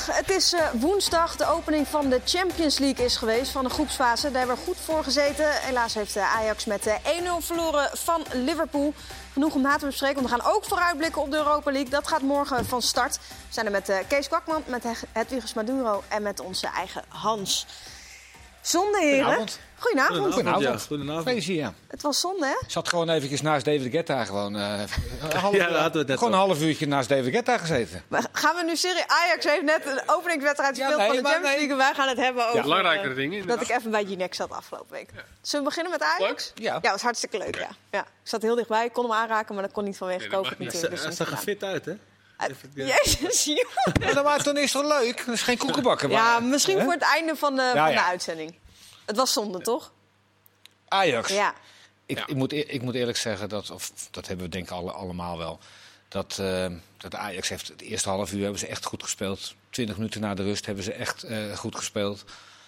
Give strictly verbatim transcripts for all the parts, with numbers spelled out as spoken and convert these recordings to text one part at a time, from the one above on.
zondag. Het is uh, woensdag. De opening van de Champions League is geweest, van de groepsfase. Daar hebben we goed voor gezeten. Helaas heeft uh, Ajax met uh, één nul verloren van Liverpool. Genoeg om na te bespreken, want we gaan ook vooruitblikken op de Europa League. Dat gaat morgen van start. We zijn er met uh, Kees Kwakman, met Hedwiges Maduro en met onze eigen Hans. Zonde, heren. Goedenavond. Goedenavond. Goedenavond. Ja, goedenavond. Feestje, ja. Het was zonde, hè? Ik zat gewoon eventjes naast David Guetta. Gewoon, uh, een half, ja, laten we het net gewoon een half uurtje naast David Guetta gezeten. Maar gaan we nu serieus? Ajax heeft net een openingswedstrijd gespeeld ja, nee, van de Champions League. Nee. Wij gaan het hebben over... Ja, belangrijkere dingen. Inderdaad. Dat ik even bij Ginex zat afgelopen week. Ja. Zullen we beginnen met Ajax? Leuk. Ja. Ja, dat was hartstikke leuk, ja. ja. Ik zat heel dichtbij, ik kon hem aanraken, maar dat kon niet vanwege nee, COVID natuurlijk. Hij zag er fit uit, hè? Jezus, joh. Ja, maar dan is het toch leuk? Dat is geen koekenbakken. Maar... Ja, misschien hè? Voor het einde van de, ja, van de ja. uitzending. Het was zonde, toch? Ajax. Ja. Ik, ja. ik, moet, ik moet eerlijk zeggen, dat, of dat hebben we denk ik alle, allemaal wel... Dat, uh, dat Ajax heeft het eerste half uur hebben ze echt goed gespeeld. Twintig minuten na de rust hebben ze echt uh, goed gespeeld.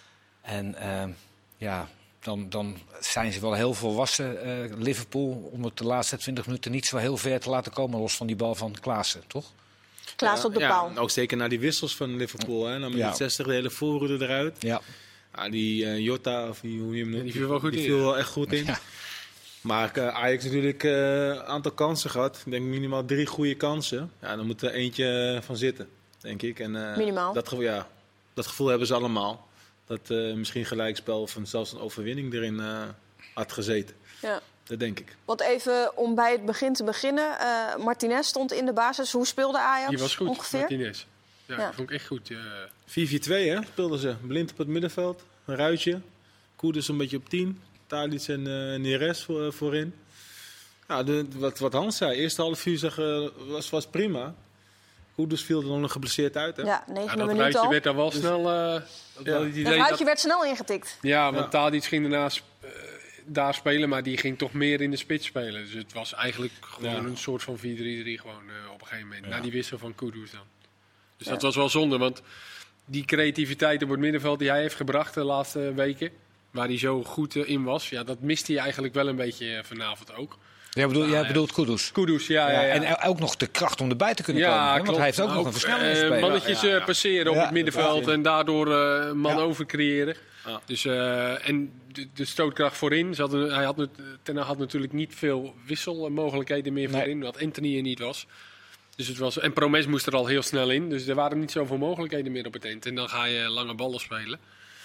En uh, ja, dan, dan zijn ze wel heel volwassen, uh, Liverpool... om het de laatste twintig minuten niet zo heel ver te laten komen... los van die bal van Klaassen, toch? Klaas ja, op de ja, paal. Ook zeker na die wissels van Liverpool. Hè? Dan met ja. zestig de hele voorhoede eruit. Ja. Ja, die uh, Jota, of die, hoe je hem noemt, die viel wel, goed die in, viel ja. wel echt goed in. Ja. Maar uh, Ajax natuurlijk een uh, aantal kansen gehad. Ik denk minimaal drie goede kansen. Ja, dan moet er eentje van zitten, denk ik. En, uh, minimaal? Dat, ja, dat gevoel hebben ze allemaal. Dat uh, misschien gelijkspel of zelfs een overwinning erin uh, had gezeten. Ja. Dat denk ik. Want even om bij het begin te beginnen. Uh, Martinez stond in de basis. Hoe speelde Ajax? Die was goed, ongeveer? Martinez. Ja, ja. dat vond ik echt goed. Uh... vier vier twee hè, speelden ze. Blind op het middenveld. Een ruitje. Koeders een beetje op tien. Tadic en uh, Neres voor, uh, voorin. Ja, de, wat, wat Hans zei. Eerste half uur zeg, uh, was, was prima. Koeders viel er nog geblesseerd uit. Hè? Ja, negende ja, dat minuut ruitje al. werd daar wel dus, snel... Uh, ja. dat, het ruitje dat... werd snel ingetikt. Ja, want ja. Tadic ging daarna uh, daar spelen, maar die ging toch meer in de spits spelen. Dus het was eigenlijk gewoon ja. een soort van vier drie drie gewoon uh, op een gegeven moment. Ja. Na die wissel van Kudus dan. Dus ja. dat was wel zonde, want die creativiteit op het middenveld die hij heeft gebracht de laatste weken, waar hij zo goed uh, in was, ja, dat miste hij eigenlijk wel een beetje uh, vanavond ook. Jij bedoelt, nou, jij bedoelt Kudus? Kudus, ja, ja, ja. En ook nog de kracht om erbij te kunnen ja, komen. Hè? Want klopt. hij heeft ook, ook nog een versnellingsspelen. Uh, mannetjes ja, ja, ja. passeren op ja, het middenveld en daardoor uh, man ja. over creëren. Ja. Dus, uh, en de, de stootkracht voorin. Ze hadden, hij had, Ten Hag had natuurlijk niet veel wisselmogelijkheden meer voorin, nee. wat Anthony er niet was. Dus het was. En Promes moest er al heel snel in. Dus er waren niet zoveel mogelijkheden meer op het eind. En dan ga je lange ballen spelen.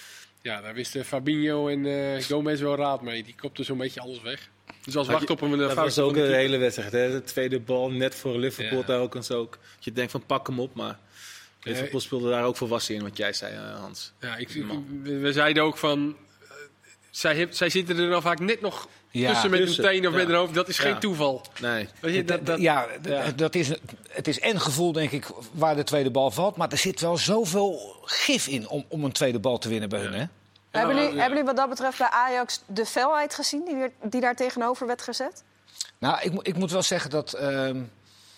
Ja, daar wisten Fabinho en uh, Gomez wel raad mee. Die kopten zo'n beetje alles weg. Dus als wacht op hem... Dat was ook een hele wedstrijd. Hè? De tweede bal net voor Liverpool ja. daar ook en zo. Dat je denkt van pak hem op, maar... Liverpool nee. speelde daar ook volwassen in, wat jij zei, Hans. Ja, ik, ik, we zeiden ook van... Uh, zij, heeft, zij zitten er dan vaak net nog ja, tussen met tussen. een teen of ja. met een hoofd. Dat is ja. geen toeval. Nee. Weet je, dat, dat, ja, ja. Dat is, het is en gevoel, denk ik, waar de tweede bal valt. Maar er zit wel zoveel gif in om, om een tweede bal te winnen bij ja. hun, hè? Hebben jullie, ja. hebben jullie wat dat betreft bij Ajax de felheid gezien die, weer, die daar tegenover werd gezet? Nou, ik, ik moet wel zeggen dat... Um,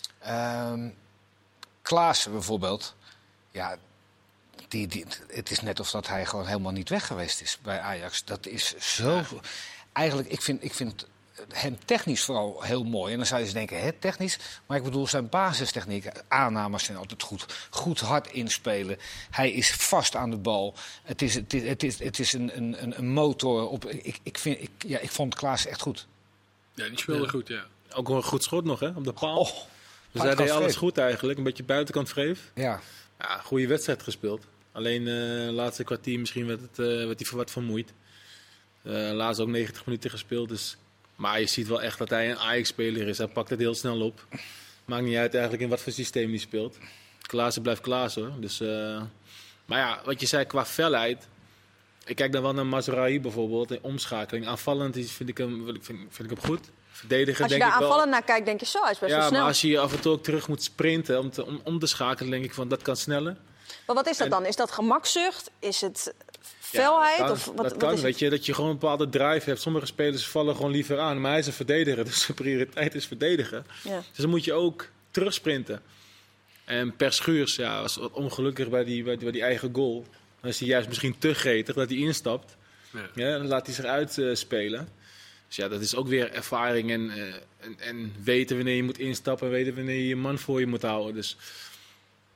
um, Klaassen bijvoorbeeld... Ja, die, die, het is net of dat hij gewoon helemaal niet weg geweest is bij Ajax. Dat is zo... Ja. Eigenlijk, ik vind, ik vind hem technisch vooral heel mooi. En dan zou je eens denken, hè, technisch. Maar ik bedoel, zijn basistechniek, aannames zijn altijd goed. Goed hard inspelen. Hij is vast aan de bal. Het is, het is, het is, het is een, een, een motor. Op, ik, ik, vind, ik, ja, ik vond Klaassen echt goed. Ja, die speelde ja. goed, ja. Ook een goed schot nog, hè, op de paal. Oh, dus hij deed alles vreef. goed eigenlijk. Een beetje buitenkant vreef. Ja. Ja, goede wedstrijd gespeeld. Alleen de uh, laatste kwartier misschien werd, het, uh, werd hij wat vermoeid. Uh, laatst ook negentig minuten gespeeld. Dus... Maar je ziet wel echt dat hij een Ajax-speler is. Hij pakt het heel snel op. Maakt niet uit eigenlijk in wat voor systeem hij speelt. Klaassen blijft Klaassen, hoor. Dus, uh... Maar ja, wat je zei qua felheid. Ik kijk dan wel naar Mazraoui bijvoorbeeld. In omschakeling. Aanvallend vind ik hem, vind, vind ik hem goed. Verdedigen, als je denk daar ik aanvallend wel. naar kijkt, denk je zo, hij is best ja, wel snel. Maar als je af en toe ook terug moet sprinten om, te, om, om te schakelen, denk ik van dat kan sneller. Maar wat is dat en, dan? Is dat gemakzucht? Is het felheid? Ja, dat of kan, wat, dat wat kan is weet het? je, dat je gewoon een bepaalde drive hebt. Sommige spelers vallen gewoon liever aan, maar hij is een verdediger, dus zijn prioriteit is verdedigen. Ja. Dus dan moet je ook terugsprinten. En Per Schuurs ja, was wat ongelukkig bij die, bij die, bij die eigen goal. Dan is hij juist misschien te gretig dat hij instapt. Ja. Ja, dan laat hij zich uitspelen. Uh, dus ja, dat is ook weer ervaring en, uh, en, en weten wanneer je moet instappen en weten wanneer je je man voor je moet houden. Dus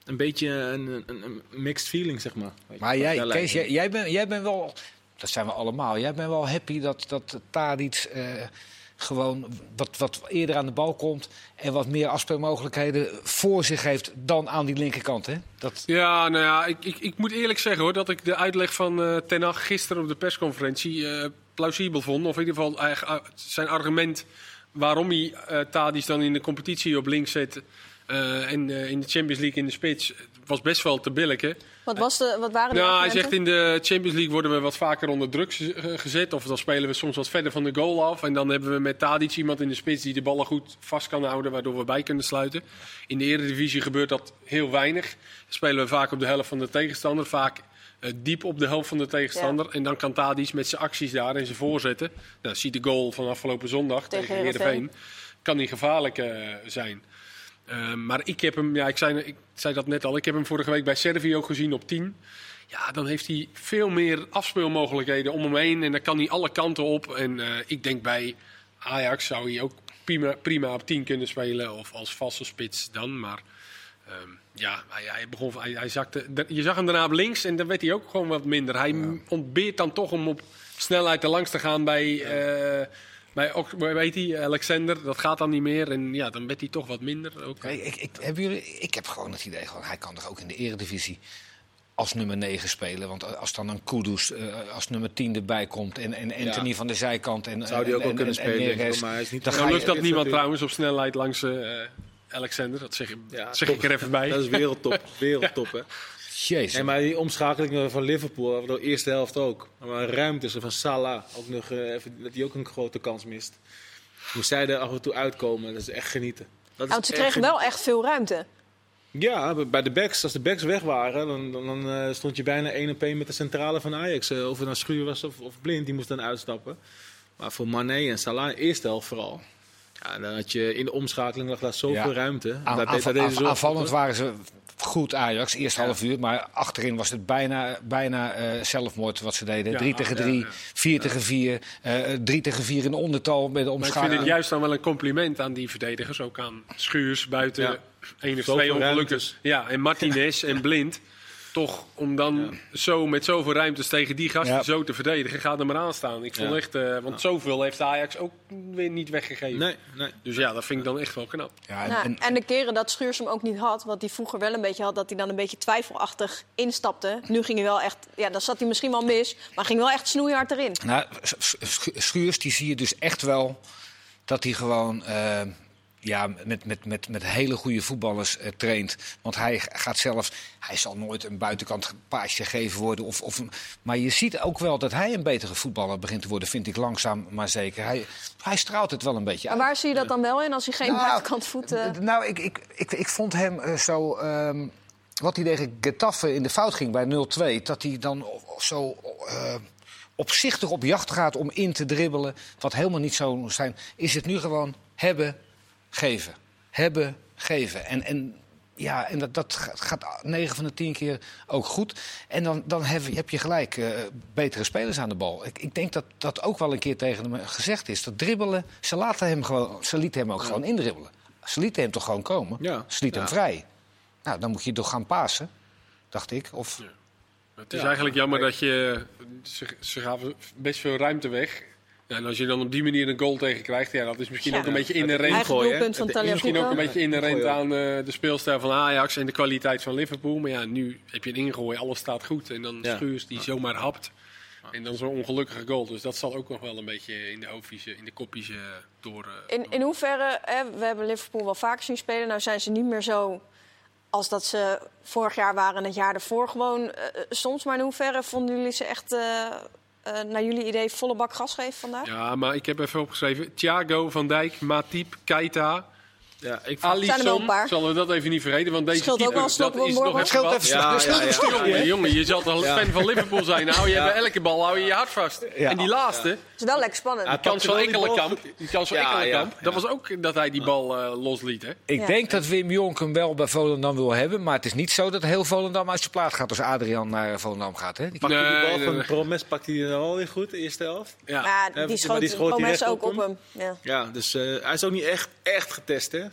een beetje een, een, een mixed feeling, zeg maar. Maar jij, Kees, jij, jij bent jij bent wel, dat zijn we allemaal, jij bent wel happy dat, dat Tadic uh, gewoon wat, wat eerder aan de bal komt en wat meer afspeelmogelijkheden voor zich heeft dan aan die linkerkant, hè? Dat... Ja, nou ja, ik, ik, ik moet eerlijk zeggen hoor, dat ik de uitleg van uh, Ten Hag gisteren op de persconferentie uh, plausibel vond. Of in ieder geval uh, zijn argument waarom hij uh, Tadic dan in de competitie op links zet uh, en uh, in de Champions League in de spits was best wel te billijken. Wat, was de, wat waren de Nou, hij argumenten? zegt in de Champions League worden we wat vaker onder druk gezet. Of dan spelen we soms wat verder van de goal af. En dan hebben we met Tadic iemand in de spits die de ballen goed vast kan houden. Waardoor we bij kunnen sluiten. In de Eredivisie gebeurt dat heel weinig. Dan spelen we vaak op de helft van de tegenstander. Vaak uh, diep op de helft van de tegenstander. Ja. En dan kan Tadic met zijn acties daar en zijn voorzetten. Nou, zie de goal van afgelopen zondag tegen, tegen Heerenveen. Kan die gevaarlijk uh, zijn. Uh, maar ik heb hem, ja, ik zei, ik zei dat net al, ik heb hem vorige week bij Servië ook gezien op tien. Ja, dan heeft hij veel meer afspeelmogelijkheden om hem heen en dan kan hij alle kanten op. En uh, ik denk bij Ajax zou hij ook prima, prima op tien kunnen spelen of als vaste spits dan. Maar um, ja, hij, hij begon, hij, hij zakte, je zag hem daarna op links en dan werd hij ook gewoon wat minder. Hij ja. ontbeert dan toch om op snelheid er langs te gaan bij... Uh, Maar ook, weet hij, Alexander, dat gaat dan niet meer. En ja, dan werd hij toch wat minder. Ook. Kijk, ik, ik, hebben jullie, ik heb gewoon het idee, gewoon, hij kan toch ook in de Eredivisie als nummer negen spelen. Want als dan een Kudus uh, als nummer tien erbij komt en, en Anthony ja. van de zijkant. En, zou die ook en, wel kunnen en, spelen. En rest, maar hij is niet dan dan lukt dat niemand trouwens op snelheid langs uh, Alexander. Dat zeg, ja, zeg ik er even bij. Dat is wereldtop, wereldtop hè. Jezus. Nee, maar die omschakeling van Liverpool, de eerste helft ook. Maar ruimtes van Salah, ook nog, uh, even, dat hij ook een grote kans mist. Moest zij er af en toe uitkomen, dat is echt genieten. Dat is ja, want ze kregen genieten. wel echt veel ruimte. Ja, bij de backs, als de backs weg waren, dan, dan, dan uh, stond je bijna één op één met de centrale van Ajax. Uh, of het nou Schuur was of, of Blind, die moest dan uitstappen. Maar voor Mané en Salah, eerste helft vooral. Ja, dan had je in de omschakeling lag daar zoveel ja. ruimte. Aan, dat, aanv- dat aanv- zo aanvallend waren ze goed Ajax, eerst ja. half uur. Maar achterin was het bijna, bijna uh, zelfmoord wat ze deden. Ja, drie tegen drie, ja, ja. vier ja. tegen vier, uh, drie tegen vier in de ondertal met de omschakeling. Maar ik vind het juist dan wel een compliment aan die verdedigers. Ook aan Schuurs buiten ja. één of twee ongelukken. Ja, en Martinez en Blind. Toch om dan ja. zo met zoveel ruimtes tegen die gasten ja. zo te verdedigen, gaat er maar aan staan. Ik vond ja. echt, uh, want ja. zoveel heeft Ajax ook weer niet weggegeven. Nee, nee. Dus ja, dat vind ik dan echt wel knap. Ja, en, nou, en, en de keren dat Schuurs hem ook niet had, wat hij vroeger wel een beetje had, dat hij dan een beetje twijfelachtig instapte. Nu ging hij wel echt, ja, dan zat hij misschien wel mis, maar ging wel echt snoeihard erin. Nou, Schuurs, die zie je dus echt wel dat hij gewoon... Uh, Ja, met, met, met, met hele goede voetballers uh, traint. Want hij gaat zelf... Hij zal nooit een buitenkant paasje geven worden. Of, of, maar je ziet ook wel dat hij een betere voetballer begint te worden. Vind ik langzaam, maar zeker. Hij, hij straalt het wel een beetje uit. Maar waar zie je dat dan wel in als hij geen nou, buitenkant voet... Uh... Nou, ik, ik, ik, ik vond hem uh, zo... Um, wat hij tegen Getafe in de fout ging bij nul twee... dat hij dan zo... Uh, opzichtig op jacht gaat om in te dribbelen. Wat helemaal niet zo zijn. Is het nu gewoon hebben... Geven. Hebben, geven. En, en, ja, en dat, dat gaat negen van de tien keer ook goed. En dan, dan heb, je, heb je gelijk uh, betere spelers aan de bal. Ik, ik denk dat dat ook wel een keer tegen hem gezegd is. Dat dribbelen, ze, laten hem gewoon, ze lieten hem ook ja. gewoon indribbelen. Ze lieten hem toch gewoon komen. Ja. Ze lieten ja. hem vrij. Nou, dan moet je toch gaan pasen, dacht ik. Of... Ja. Het is ja, eigenlijk jammer dat je... Ze, ze gaven best veel ruimte weg... Ja, en als je dan op die manier een goal tegen krijgt, ja, dat is misschien ja. ook een beetje inherent gooien. Misschien ook een beetje inherent aan uh, de speelstijl van Ajax en de kwaliteit van Liverpool. Maar ja, nu heb je een ingooi, alles staat goed. En dan ja. Schuurs die zomaar hapt. En dan zo'n ongelukkige goal. Dus dat zal ook nog wel een beetje in de hoofdjes, in de kopjes uh, door... Uh, in, in hoeverre, hè, we hebben Liverpool wel vaker zien spelen. Nou zijn ze niet meer zo als dat ze vorig jaar waren en het jaar ervoor gewoon uh, soms. Maar in hoeverre vonden jullie ze echt... Uh, Uh, naar jullie idee volle bak gas geven vandaag? Ja, maar ik heb even opgeschreven. Thiago, Van Dijk, Matip, Keita, ja, ik Alisson. Zullen we dat even niet vergeten? Want deze scheelt keeper, ook wel dat is nog het scheelt even ja, ja, ja, ja. Jongen, jongen, je zat al ja. fan van Liverpool zijn. Nou, je ja. bij elke bal hou je je hart vast. Ja. En die laatste... Het is wel lekker spannend. Die kans van Ekkelenkamp. Die kans van Ekkelenkamp. Dat was ook dat hij die bal uh, losliet. Hè? Ik ja. denk dat Wim Jonk hem wel bij Volendam wil hebben. Maar het is niet zo dat heel Volendam uit zijn plaat gaat als Adriaan naar Volendam gaat. Hè? Die pakt nee, die bal nee, van nee. Promes, pakt hij al weer goed, de eerste helft. Ja, ja die, schoot, die schoot Promes ook op hem. Ja, ja dus uh, hij is ook niet echt, echt getest. Hè?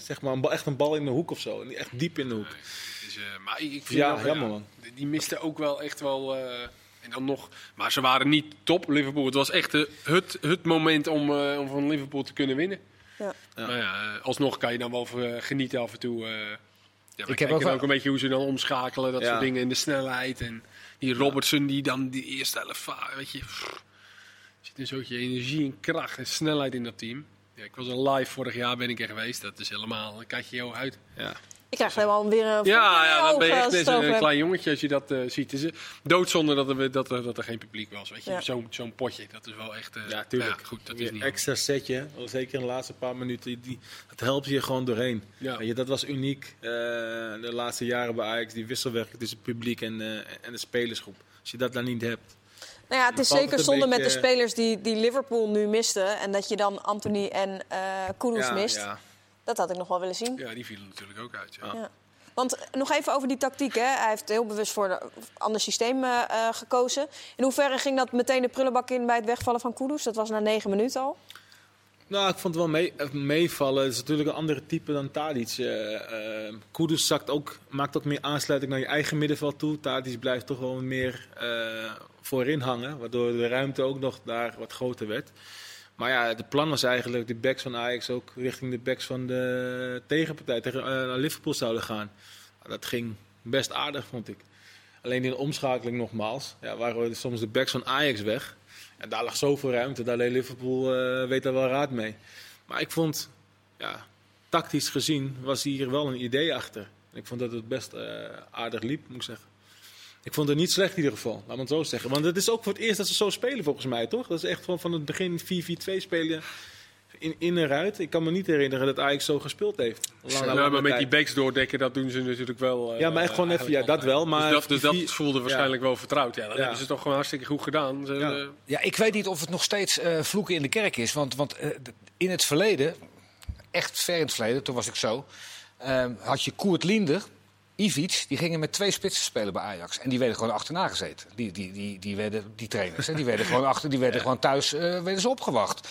Zeg maar een bal, echt een bal in de hoek of zo. En echt diep in de hoek. Nee, dus, uh, maar ik, ik vind Ja, wel, jammer ja, man. die miste ook wel echt wel... Uh, en dan nog... Maar ze waren niet top, Liverpool. Het was echt uh, het, het moment om, uh, om van Liverpool te kunnen winnen. Ja. Ja. Maar ja, uh, alsnog kan je dan wel uh, genieten af en toe. Uh, ja, Ik heb ook, ook, wel... ook een beetje hoe ze dan omschakelen, dat Ja. soort dingen. En de snelheid. En die Robertson die dan die eerste helft... Weet je... Pff, er zit een soortje energie en kracht en snelheid in dat team. Ja, ik was er live vorig jaar ben ik er geweest. Dat is helemaal een katje jou uit. Ja. Ik krijg helemaal weer een Ja, ja, dan ben je echt ogen net als het een over klein jongetje als je dat uh, ziet. Het is uh, doodzonde dat er, dat, er, dat er geen publiek was. Weet je? Ja. Zo'n zo'n potje, dat is wel echt... Uh, Ja, tuurlijk. Ja, goed, dat is Weer niet extra setje, zeker in de laatste paar minuten. Die, dat helpt je gewoon doorheen. Ja. Weet je, dat was uniek uh, de laatste jaren bij Ajax. Die wisselwerking tussen het publiek en, uh, en de spelersgroep. Als je dat dan niet hebt. Nou ja, het is valt zeker het een zonde met de beetje- spelers die, die Liverpool nu miste. En dat je dan Anthony en uh, Kudus Ja, mist. ja. Dat had ik nog wel willen zien. Ja, die vielen natuurlijk ook uit. Ja. Ja. Ja. Want nog even over die tactiek. Hè. Hij heeft heel bewust voor een ander systeem uh, gekozen. In hoeverre ging dat meteen de prullenbak in bij het wegvallen van Kudus? Dat was na negen minuten al. Nou, ik vond het wel mee, meevallen. Het is natuurlijk een andere type dan Tadic. Uh, uh, Kudus zakt ook, maakt ook meer aansluiting naar je eigen middenveld toe. Tadic blijft toch wel meer uh, voorin hangen. Waardoor de ruimte ook nog daar wat groter werd. Maar ja, de plan was eigenlijk de backs van Ajax ook richting de backs van de tegenpartij. Tegen uh, Liverpool zouden gaan. Dat ging best aardig, vond ik. Alleen in de omschakeling nogmaals. Ja, waren we soms de backs van Ajax weg. En daar lag zoveel ruimte. Daar deed Liverpool uh, weet daar wel raad mee. Maar ik vond, ja, tactisch gezien was hier wel een idee achter. Ik vond dat het best uh, aardig liep, moet ik zeggen. Ik vond het niet slecht in ieder geval, laat me het zo zeggen. Want het is ook voor het eerst dat ze zo spelen volgens mij, toch? Dat is echt gewoon van het begin vier vier twee spelen in, in en uit. Ik kan me niet herinneren dat Ajax zo gespeeld heeft. Lange, Ja, lange maar met tijd. die backs doordekken, dat doen ze natuurlijk wel. Uh, Ja, maar echt gewoon even, ja, dat wel. Maar dus dat, dus dat die- voelde waarschijnlijk wel vertrouwd. Ja, dat Ja. hebben ze toch gewoon hartstikke goed gedaan. Ze, Ja. uh, Ja, ik weet niet of het nog steeds uh, vloeken in de kerk is. Want, want uh, in het verleden, echt ver in het verleden, toen was ik zo... Uh, had je Koert Linder, Ivic, die gingen met twee spitsen spelen bij Ajax. En die werden gewoon achterna gezeten. Die, die, die, die, werden, die trainers, hè, die werden gewoon, achter, die werden gewoon thuis uh, werden ze opgewacht.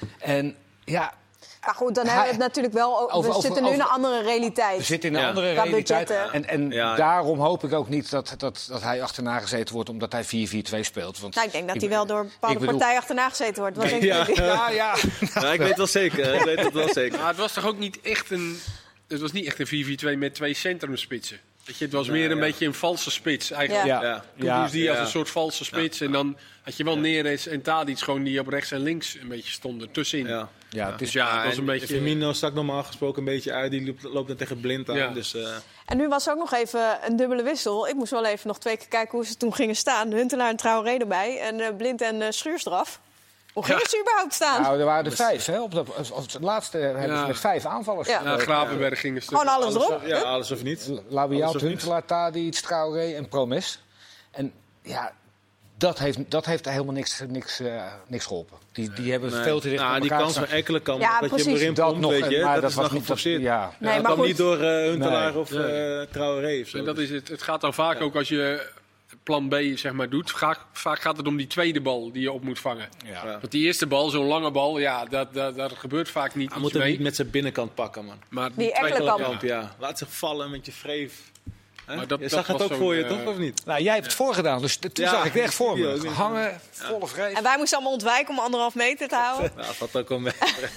En ja... Maar goed, dan Hij- hebben we het natuurlijk wel... Over, Over- we over- zitten nu in een over- andere realiteit. We zitten in een Ja. andere Qua realiteit. budgetten. En, en Ja. daarom hoop ik ook niet dat, dat, dat hij achterna gezeten wordt omdat hij vier vier twee speelt. Want Nou, ik denk dat hij wel door een bepaalde ik bedoel- partij achterna gezeten wordt. Wat denken Ja. jullie? Ja, ja. Ja, ik weet wel zeker. Ik weet het wel zeker. maar het was toch ook niet echt een... Het was niet echt een vier vier twee met twee centrumspitsen. Weet je, het was meer een ja. beetje een valse spits eigenlijk. Ja. Ja. Kudus die als Ja. een soort valse spits. En dan had je wel Neres en Tadic gewoon die op rechts en links een beetje stonden tussenin. Ja. Ja, het Dus is, ja, het was een En beetje... Firmino stak normaal gesproken een beetje uit. Die loopt, loopt dan tegen Blind aan. Ja. Dus, uh, En nu was er ook nog even een dubbele wissel. Ik moest wel even nog twee keer kijken hoe ze toen gingen staan. Huntelaar en Traoré erbij. En uh, Blind en uh, Schuurs eraf. Hoe gingen ze überhaupt staan? nou, er waren er vijf. Hè? Op, de, op het laatste hebben ze Ja. met vijf aanvallers. Ja. Ja, Gravenberg ging een stuk. Gewoon alles erop. ja, alles of niet. Labiaat, Alles of niets. Huntelaar, Tadic, Traoré en Promes. En ja, dat heeft, dat heeft helemaal niks, niks, uh, niks geholpen. Die, die hebben Nee. veel te dicht Nou, op die elkaar kans van gestaan. Ekkelen kan Ja, dat je precies. hem erin Dat pompt, nog, weet je. maar Dat, dat is was nog niet- geforceerd. ja. Ja, Nee, dat maar kwam goed. niet door uh, Huntelaar Nee. of uh, Traoré of zo. En dat is het. Het gaat dan vaak ook als je plan B zeg maar, doet. Vaak, vaak gaat het om die tweede bal die je op moet vangen. Ja. Ja. Want die eerste bal, zo'n lange bal, ja, dat, dat, dat gebeurt vaak niet Hij iets moet hem mee. niet met zijn binnenkant pakken, man. Maar Die tweede- Ekkelenkamp. Kamp, ja. Laat zich vallen met je vreef. Hè? Maar dat- je dat zag het was ook zo'n, voor je, eh, toch? Of niet? Nou, jij hebt het voorgedaan, dus t- toen Ja, zag ik het echt voor video, me. ik weet- Hangen, volle vrees. En wij moesten allemaal ontwijken om anderhalf meter te houden. Ja, dat had ook wel mee.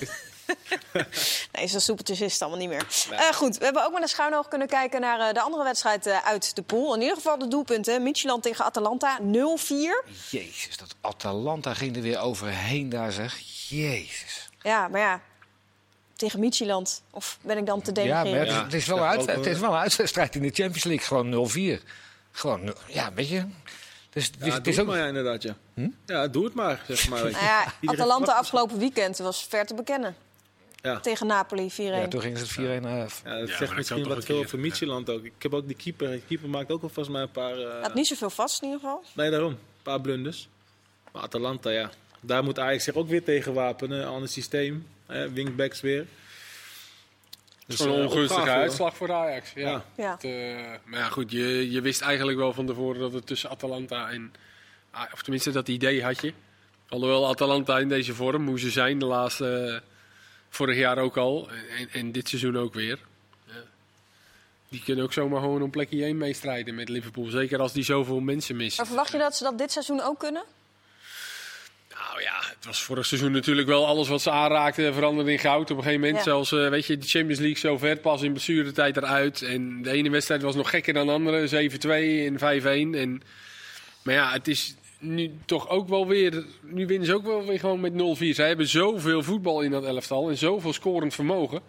Nee, zo soepeltjes is het allemaal niet meer. Eh, goed, we hebben ook met een schuin oog kunnen kijken naar uh, de andere wedstrijd uh, uit de pool. In ieder geval de doelpunten. Midtjylland tegen Atalanta, nul vier. Jezus, dat Atalanta ging er weer overheen daar, zeg. Jezus. Ja, maar ja, tegen Midtjylland. Of ben ik dan te Ja, denigreren? maar het, Ja, het is wel dat een ook uit, wel. het is wel een uitwedstrijd in de Champions League. Gewoon nul vier. Gewoon, nul- ja, weet je. Dus, het is, Ja, het doe is het ook... maar, ja, inderdaad, ja. Ja, doe het maar, zeg maar. Weet je. Nou ja, Iedereen Atalanta verwacht- afgelopen weekend was ver te bekennen. Ja. Tegen Napoli vier een. Ja, toen gingen ze het vier een... Uh, Ja, dat Ja, maar zegt dat misschien kan toch wat een veel keer, over ja. Midtjylland ook. Ik heb ook die keeper. De keeper maakt ook al volgens mij een paar... uh, Had niet zoveel vast in ieder geval. Nee, daarom. Een paar blunders. Maar Atalanta, ja. Daar moet Ajax zich ook weer tegen wapenen. Een ander systeem. Hè, wingbacks weer. Het is gewoon een eh, ongunstige opgave, hoor. uitslag voor de Ajax. Ja. Ja. Ja. Het, eh, maar ja, goed, je, je wist eigenlijk wel van tevoren dat het tussen Atalanta en... Ah, of tenminste, dat idee had je. Alhoewel Atalanta in deze vorm, hoe ze zijn de laatste Vorig jaar ook al. En, en dit seizoen ook weer. Ja. Die kunnen ook zomaar gewoon om plekje één meestrijden met Liverpool. Zeker als die zoveel mensen missen. Maar verwacht je dat ze dat dit seizoen ook kunnen? Nou ja, het was vorig seizoen natuurlijk wel alles wat ze aanraakten veranderde in goud. Op een gegeven moment Ja. zelfs, uh, weet je, de Champions League zo ver, pas in blessuretijd eruit. En de ene wedstrijd was nog gekker dan de andere, zeven twee en vijf-een. En, maar ja, het is nu toch ook wel weer, nu winnen ze ook wel weer gewoon met nul vier. Zij hebben zoveel voetbal in dat elftal en zoveel scorend vermogen.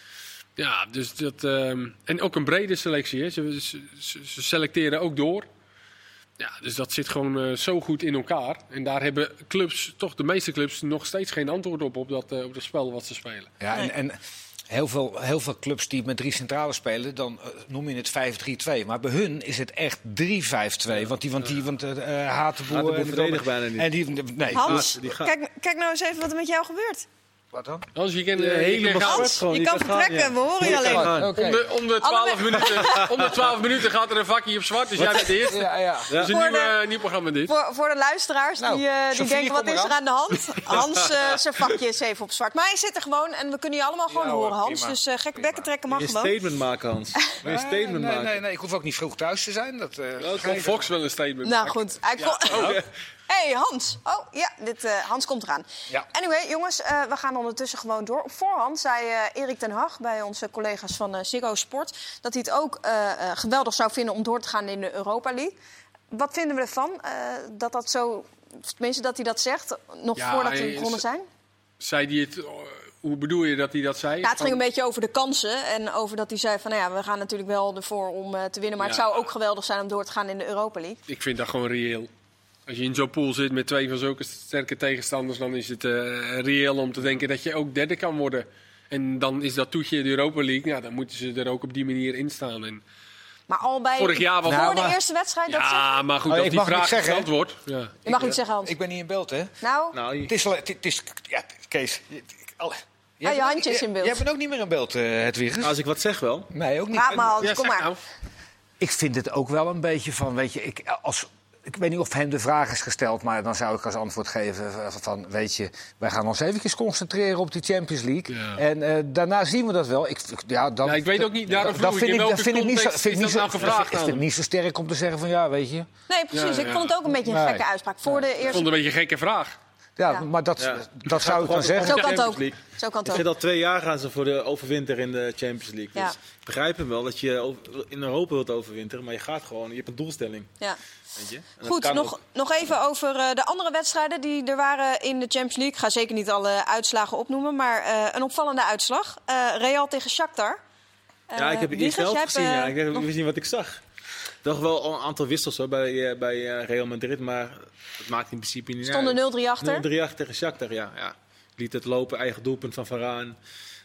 Ja, dus dat, um, en ook een brede selectie. Hè. Ze, ze, ze selecteren ook door. Ja, dus dat zit gewoon uh, zo goed in elkaar. En daar hebben clubs, toch de meeste clubs, nog steeds geen antwoord op, op dat, uh, op dat spel wat ze spelen. Ja, en, en heel, veel, heel veel clubs die met drie centrale spelen, dan uh, noem je het vijf drie twee. Maar bij hun is het echt drie vijf twee. Ja. Want die, want die, want uh, Hatenboer... Hatenboer verdedigt bijna niet. En die, nee, Hans, die gaat. kijk, kijk nou eens even wat er met jou gebeurt. Wat dan? Als je kan, Ja, uh, helemaal je kan gaan. Hans, gewoon, je die kan kan gaan, vertrekken, ja. we horen je Die kan alleen. gaan. Oké. Om de, om, de twaalf minuten, om de twaalf minuten gaat er een vakje op zwart, dus jij bent de eerste. Ja, ja. Dat is een Voor nieuw, de- uh, nieuw programma dit. Voor, voor de luisteraars Nou, die, uh, die Sophie, denken, wat kom is er eraan. aan de hand? Hans, uh, zijn vakje is even op zwart. Maar hij zit er gewoon en we kunnen je allemaal gewoon Ja, hoor, horen, Hans. prima. Dus uh, gekke Prima. bekken trekken mag Een gewoon. statement maken, Hans. Wil je een statement nee, maken? nee, nee, ik hoef ook niet vroeg thuis te zijn. Dat, uh, Ook ga je- op Fox wel een statement. Nou maken. goed, hij kon... hey, Hans. Oh ja, dit, uh, Hans komt eraan. Ja. Anyway, jongens, uh, we gaan ondertussen gewoon door. Op voorhand zei uh, Erik ten Hag bij onze collega's van uh, Ziggo Sport dat hij het ook uh, uh, geweldig zou vinden om door te gaan in de Europa League. Wat vinden we ervan? Uh, dat dat zo, tenminste dat hij dat zegt, nog Ja, voordat we hij begonnen is- zijn? Zei die het, uh, hoe bedoel je dat hij dat zei? Ja, het ging een beetje over de kansen en over dat hij zei van, nou ja, we gaan natuurlijk wel ervoor om uh, te winnen, maar het Ja. zou ook geweldig zijn om door te gaan in de Europa League. Ik vind dat gewoon reëel. Als je in zo'n pool zit met twee van zulke sterke tegenstanders, dan is het uh, reëel om te denken dat je ook derde kan worden. En dan is dat toetje de Europa League. Ja, dan moeten ze er ook op die manier in staan. En Maar al bij vorig jaar was voor Nou, de maar- eerste wedstrijd, dat zeg ja, maar goed, Oh, als ik die mag niks vraag zeggen, gesteld wordt. Ja. Je mag niet zeggen, Hans. Ik ben niet in beeld, hè? Nou, Nou, Het is, al- het, het is ja, Kees. je- al- jij je bent ook- handjes in beeld. Jij bent ook niet meer in beeld, uh, Hedwiges. als ik wat zeg wel. Nee, ook niet. praat maar, Hans, Ja, kom zeg maar. nou. Ik vind het ook wel een beetje van, weet je, ik, als, ik weet niet of hem de vraag is gesteld, maar dan zou ik als antwoord geven van, weet je, wij gaan ons eventjes concentreren op die Champions League. Ja. En uh, daarna zien we dat wel. Ik, ja, dan, Ja, ik weet ook niet, daarom dat vroeg ik, vind in ik, dat welke vind ik niet zo, context vind ik is niet dat zo, nou gevraagd ik vind aan het hem? niet zo sterk om te zeggen van, ja, weet je. Nee, precies. Ja, Ik ja. vond het ook een beetje een Nee. gekke uitspraak. Voor de Ik eerste... vond het een beetje een gekke vraag. Ja, Ja. maar dat, Ja. dat zou ik dan zeggen. Zo kan het ook. Champions League. Zo kan Ik het zit ook. al twee jaar gaan ze voor de overwinter in de Champions League. Ja. Dus ik begrijp hem wel dat je over- in Europa wilt overwinteren, maar je gaat gewoon, je hebt een doelstelling. Ja. Weet je? En dat Goed, kan nog, ook. nog even over uh, de andere wedstrijden die er waren in de Champions League. Ik ga zeker niet alle uitslagen opnoemen, maar uh, een opvallende uitslag. Uh, Real tegen Shakhtar. Uh, Ja, ik heb het Wiegers, eerst zelf jij hebt, gezien. uh, Ja. Ik, heb- ik nog- wist niet wat ik zag. Toch wel een aantal wissels hoor, bij, eh, bij eh, Real Madrid, maar het maakt in principe niet uit. stonden nul drie achter. nul drie achter tegen Shakhtar, ja. ja. Liet het lopen, eigen doelpunt van Varaan.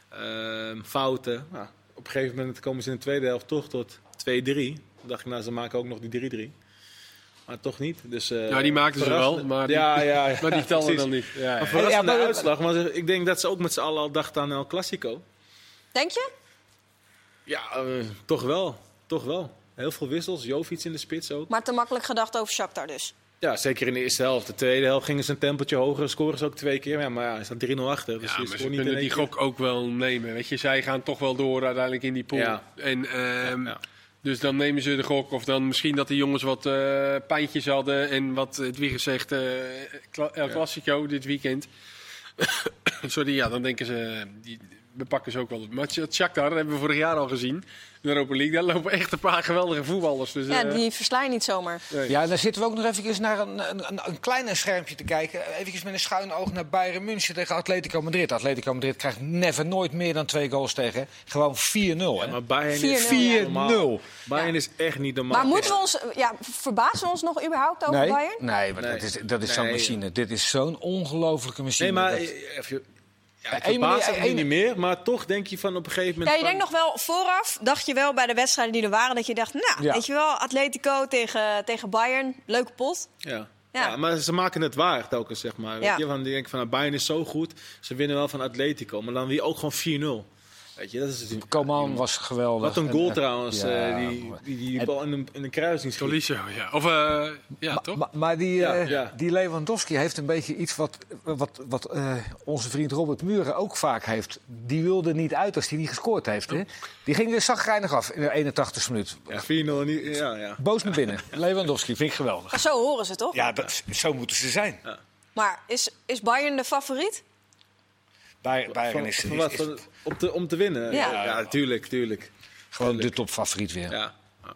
Ehm, fouten. Nou, op een gegeven moment komen ze in de tweede helft toch tot twee drie. Toen dacht ik, nou, ze maken ook nog die drie drie. Maar toch niet. Dus, eh, Ja, die maakten ze verrassende- wel, maar die, ja, ja, ja, maar die telden precies. dan niet. Ja, ja. Een verrassende Ja, maar- uitslag, maar ik denk dat ze ook met z'n allen al dachten aan El Clasico. Denk je? Ja, eh, toch wel. Toch wel. Heel veel wissels. Jovic in de spits ook. Maar te makkelijk gedacht over Shakhtar dus. Ja, zeker in de eerste helft. De tweede helft gingen ze een tempeltje hoger. Scoren ze ook twee keer. Ja, maar ja, ze staan drie nul achter. Dus Ja, je maar scoort ze niet in kunnen één die keer. gok ook wel nemen. Weet je, zij gaan toch wel door uiteindelijk in die pool. Ja. En, ehm, Ja. Dus dan nemen ze de gok. Of dan misschien dat de jongens wat uh, pijntjes hadden. En wat Hedwiges zegt, uh, Cla- El Clasico dit weekend. Sorry, ja, dan denken ze, die, we pakken ze ook wel. Maar Shakhtar hebben we vorig jaar al gezien. De Europa League, daar lopen echt een paar geweldige voetballers. Dus, Ja, uh, die versla je niet zomaar. nee. Ja, dan zitten we ook nog even naar een, een, een kleiner schermpje te kijken. Even met een schuin oog naar Bayern München tegen Atletico Madrid. Atletico Madrid krijgt never nooit meer dan twee goals tegen. Gewoon vier nul. Ja, hè? maar Bayern is vier nul, vier ja. nul. Bayern is echt niet normaal. Maar moeten we ons... Ja, verbazen we ons nog überhaupt over Nee, Bayern? nee, maar Nee. dat is, dat is zo'n Nee. machine. Dit is zo'n ongelofelijke machine. Nee, maar Dat- eh, even, ja, het Eén verbaast manier- me één- niet meer. Maar toch denk je van op een gegeven moment... Ja, je van- denkt nog wel vooraf, dacht je wel bij de wedstrijden die er waren, dat je dacht, nou, Ja. weet je wel, Atletico tegen, tegen Bayern, leuke pot. Ja. Ja. Ja. maar ze maken het waar telkens, zeg maar. Ja. Weet je? Van, die denken van, nou, Bayern is zo goed. Ze winnen wel van Atletico. Maar dan weer ook gewoon vier nul. Weet je, dat is het. Coman was geweldig. Wat een goal en, trouwens. ja, Uh, die, die, die, die bal in een, in een kruising schiet. Tolisso, ja. Of, uh, ja, ma, toch? Ma, maar die, ja, uh, ja. die Lewandowski heeft een beetje iets wat, wat, wat uh, onze vriend Robert Muren ook vaak heeft. Die wilde niet uit als hij niet gescoord heeft. Hè? Die ging weer zagrijnig af in de eenentachtigste minuut. Ja, vier nul. Ja, ja. Boos naar binnen. Lewandowski, vind ik geweldig. Maar zo horen ze toch? Ja, dat, zo moeten ze zijn. Ja. Maar is, is Bayern de favoriet? Bij, Bayern is, van, is, wat, is, van, om, te, om te winnen? Ja, ja, ja tuurlijk, tuurlijk. gewoon tuurlijk. de topfavoriet weer. Ja.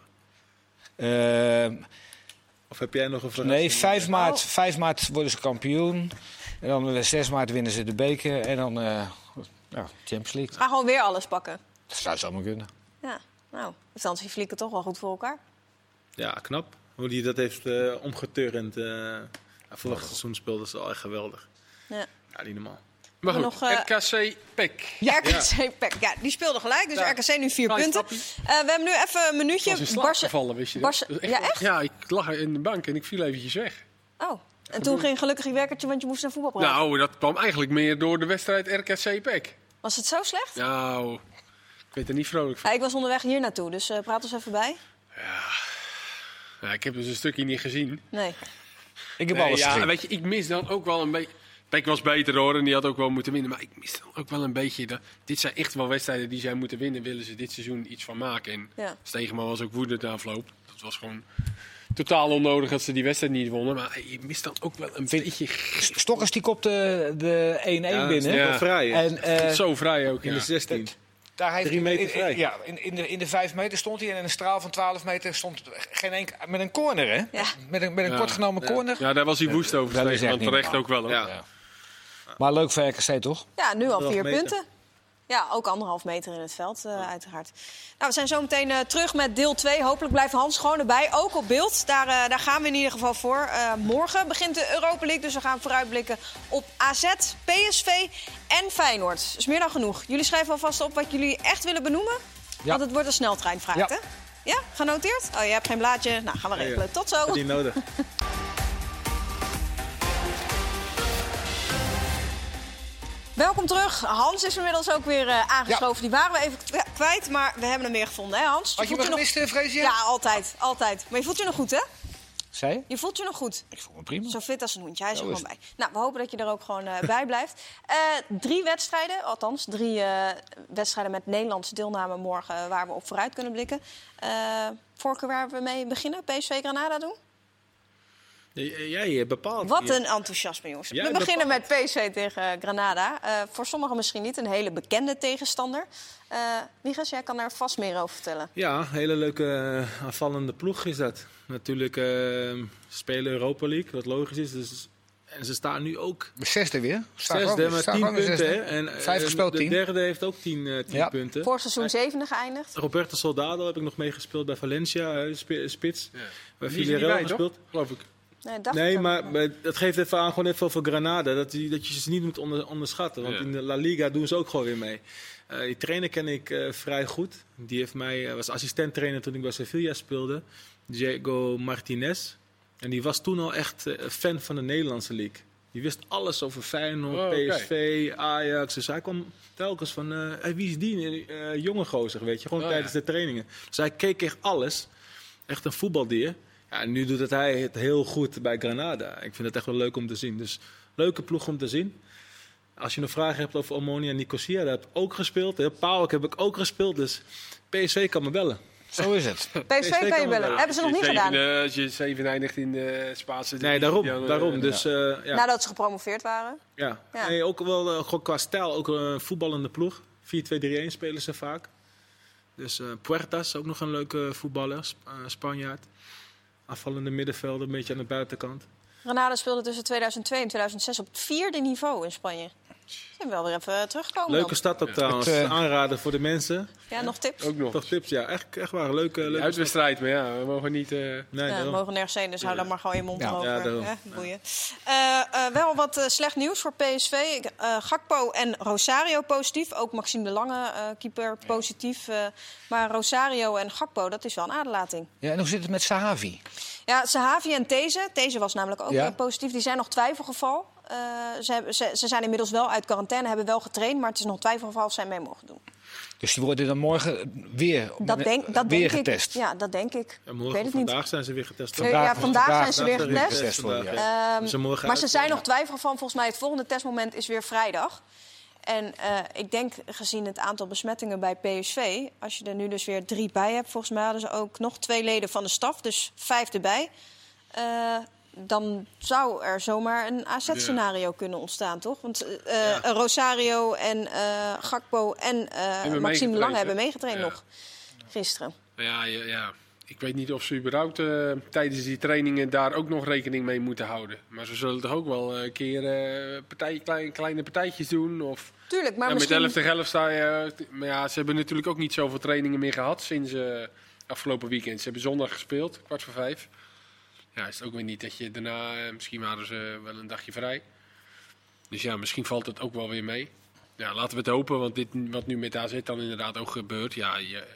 Uh, of heb jij nog een vraag? Nee, vijf maart, vijf maart worden ze kampioen. En dan zes maart winnen ze de beker. En dan uh, ja, Champions League. Gaan gewoon weer alles pakken. Dat zou zomaar kunnen. Ja, nou, heeft Hansi Flick het toch wel goed voor elkaar. Ja, knap. Hoe hij dat heeft uh, omgeturnd. Uh, vorig seizoen speelde ze al echt geweldig. Ja, ja niet normaal. Maar goed, nog, uh, R K C P E C. Ja, R K C P E C. Ja, die speelde gelijk, dus ja. R K C nu vier Klein punten. Uh, we hebben nu even een minuutje. Ik was in slaap gevallen, wist je dat? Barce- dat echt, ja, echt? Ja, ik lag in de bank en ik viel eventjes weg. Oh, en toen ging gelukkig je werkertje, want je moest naar voetbal praten. Nou, dat kwam eigenlijk meer door de wedstrijd R K C P E C. Was het zo slecht? Nou, ik weet er niet vrolijk van. Ja, ik was onderweg hier naartoe, dus uh, praat ons even bij. Ja. ja, ik heb dus een stukje niet gezien. Nee. Ik heb Nee, alles ja, gezien. weet je, ik mis dan ook wel een beetje... Peck was beter hoor en die had ook wel moeten winnen. Maar ik mis dan ook wel een beetje... Dat, dit zijn echt wel wedstrijden die zij moeten winnen. Willen ze dit seizoen iets van maken. En Ja. Stegenman was ook woedend na afloop. Dat was gewoon totaal onnodig dat ze die wedstrijd niet wonnen. Maar je mist dan ook wel een Vind- beetje... Stokkers die kopte de één-één Ja, binnen. ja. vrij, hè? En, uh, Zo vrij ook, In ja. de zestien. daar heeft Drie meter in- in- vrij. Ja, in, in, de, in de vijf meter stond hij en in een straal van twaalf meter stond geen enkel... Met een corner, hè? Ja. Met een, met een Ja. kort genomen Ja. corner. Ja, daar was hij woest over. dat is Stegenman. echt niet Terecht normaal. ook wel hoor. Ja. Ja. Maar leuk voor R K C, toch? Ja, nu al Anderhalf vier meter. punten. Ja, ook anderhalf meter in het veld, uh, uiteraard. Nou, we zijn zo meteen uh, terug met deel twee. Hopelijk blijft Hans gewoon erbij, ook op beeld. Daar, uh, daar gaan we in ieder geval voor. Uh, morgen begint de Europa League, dus we gaan vooruitblikken op A Z, P S V en Feyenoord. Dat is meer dan genoeg. Jullie schrijven alvast op wat jullie echt willen benoemen. Ja. Want het wordt een sneltreinvraag, Ja. hè? Ja, genoteerd? Oh, je hebt geen blaadje. Nou, gaan we regelen. Tot zo. Niet nodig. Welkom terug. Hans is inmiddels ook weer uh, aangeschoven. Ja. Die waren we even k- kwijt, maar we hebben hem weer gevonden, hè Hans? Had je voelt me gemist, nog... vrees je? Ja, altijd, altijd. Maar je voelt je nog goed, hè? Zei je? Je voelt je nog goed. Ik voel me prima. Zo fit als een hoentje. Hij is er Zo gewoon is bij. Nou, we hopen dat je er ook gewoon uh, bij blijft. Uh, drie wedstrijden, althans drie uh, wedstrijden met Nederlandse deelname morgen... Uh, waar we op vooruit kunnen blikken. Uh, Vorke, waar we mee beginnen? P S V Granada doen? Jij bepaalt. Wat een enthousiasme, jongens. Jij we beginnen bepaalt. met P S V tegen Granada. Uh, voor sommigen misschien niet een hele bekende tegenstander. Uh, Michels, jij kan daar vast meer over vertellen. Ja, een hele leuke uh, aanvallende ploeg is dat. Natuurlijk uh, spelen Europa League, wat logisch is. Dus, en ze staan nu ook Zesde weer. Staan zesde gewoon- met staan tien gewoon weer punten. zesde. Hè. En, uh, Vijf gespeeld, de tien. derde heeft ook tien, uh, tien Ja. punten. Vorig seizoen zevende geëindigd. Roberto Soldado heb ik nog meegespeeld bij Valencia, uh, sp- spits. Ja. Bij Die is er niet Villarreal bij, toch? gespeeld. Geloof ik. Nee, dacht Nee, ik maar ook. bij- dat geeft even aan, gewoon even over Granada. Dat, die, dat je ze niet moet onder, onderschatten. Want Ja. in de La Liga doen ze ook gewoon weer mee. Uh, die trainer ken ik uh, vrij goed. Die heeft mij, uh, was assistent-trainer toen ik bij Sevilla speelde. Diego Martinez. En die was toen al echt uh, fan van de Nederlandse league. Die wist alles over Feyenoord, Oh, oké. P S V, Ajax. Dus hij kwam telkens van, uh, hey, wie is die uh, jonge gozer, weet je. Gewoon Oh, tijdens ja. de trainingen. Dus hij keek echt alles. Echt een voetbaldier. Ja, en nu doet het hij het heel goed bij Granada. Ik vind het echt wel leuk om te zien. Dus leuke ploeg om te zien. Als je nog vragen hebt over Omonia en Nicosia, daar heb ik ook gespeeld. Hè. PAOK heb ik ook gespeeld. Dus P S V kan me bellen. Zo is het. P S V kan je kan bellen. wel. Hebben ze nog Als niet je gedaan. zeven, uh, Als je zeven eindigt in de Spaanse... Nee, daarom. divisie, dan, daarom. uh, Dus uh, ja. Nadat ze gepromoveerd waren. ja. Ja. Nee, ook wel uh, gewoon qua stijl. Ook een voetballende ploeg. vier twee drie een spelen ze vaak. Dus uh, Puertas, ook nog een leuke voetballer. Sp- uh, Spanjaard. Afvallende middenvelder, een beetje aan de buitenkant. Granada speelde tussen tweeduizend twee en tweeduizend zes op het vierde niveau in Spanje. Ze zijn wel weer even terugkomen. Leuke dan. stad ook trouwens. Het, uh, Aanraden voor de mensen. Ja, nog tips? Ook nog. Toch tips? Ja, echt, echt waar. Leuke, leuke stad. Uitwedstrijd, maar ja, we mogen niet... uh, Nee, Ja, we daarom. mogen nergens heen, dus hou dan maar gewoon je mond Ja. erover. Ja, daarom. Ja, boeien. Uh, uh, wel wat uh, slecht nieuws voor P S V. Uh, Gakpo en Rosario positief. Ook Maxime de Lange, uh, keeper, positief. Uh, maar Rosario en Gakpo, dat is wel een aderlating. Ja, en hoe zit het met Sahavi? Ja, Sahavi en These. These was namelijk ook Ja. uh, positief. Die zijn nog twijfelgeval. Uh, ze, hebben, ze, ze zijn inmiddels wel uit quarantaine, hebben wel getraind. Maar het is nog twijfelgeval of zij mee mogen doen. Dus die worden dan morgen weer, Dat denk, dat weer denk getest. Ik. Ja, dat denk ik. Ja, ik morgen, weet het niet. vandaag zijn ze weer getest. Vandaag, ja, vandaag, vandaag zijn ze weer vandaag getest. getest worden, Vandaag, ja. Um, Dus ze morgen maar ze uit- zijn nog twijfel van. Volgens mij het volgende testmoment is weer vrijdag. En uh, ik denk, gezien het aantal besmettingen bij P S V... als je er nu dus weer drie bij hebt... volgens mij hadden ze ook nog twee leden van de staf. Dus vijf erbij. Uh, dan zou er zomaar een A Z-scenario ja. kunnen ontstaan, toch? Want uh, ja. Rosario en uh, Gakpo en uh, Maxime Lang hebben meegetraind ja. nog gisteren. Ja, ja, ja. Ik weet niet of ze überhaupt uh, tijdens die trainingen daar ook nog rekening mee moeten houden. Maar ze zullen toch ook wel een keer uh, partij, klein, kleine partijtjes doen? Of... Tuurlijk, maar ja, misschien... Met elf tegen elf sta je... Maar ja, ze hebben natuurlijk ook niet zoveel trainingen meer gehad sinds uh, afgelopen weekend. Ze hebben zondag gespeeld, kwart voor vijf. Ja, is het ook weer niet dat je daarna... Uh, misschien waren ze wel een dagje vrij. Dus ja, misschien valt het ook wel weer mee. Ja, laten we het hopen, want dit wat nu met A Z dan inderdaad ook gebeurt... Ja, je,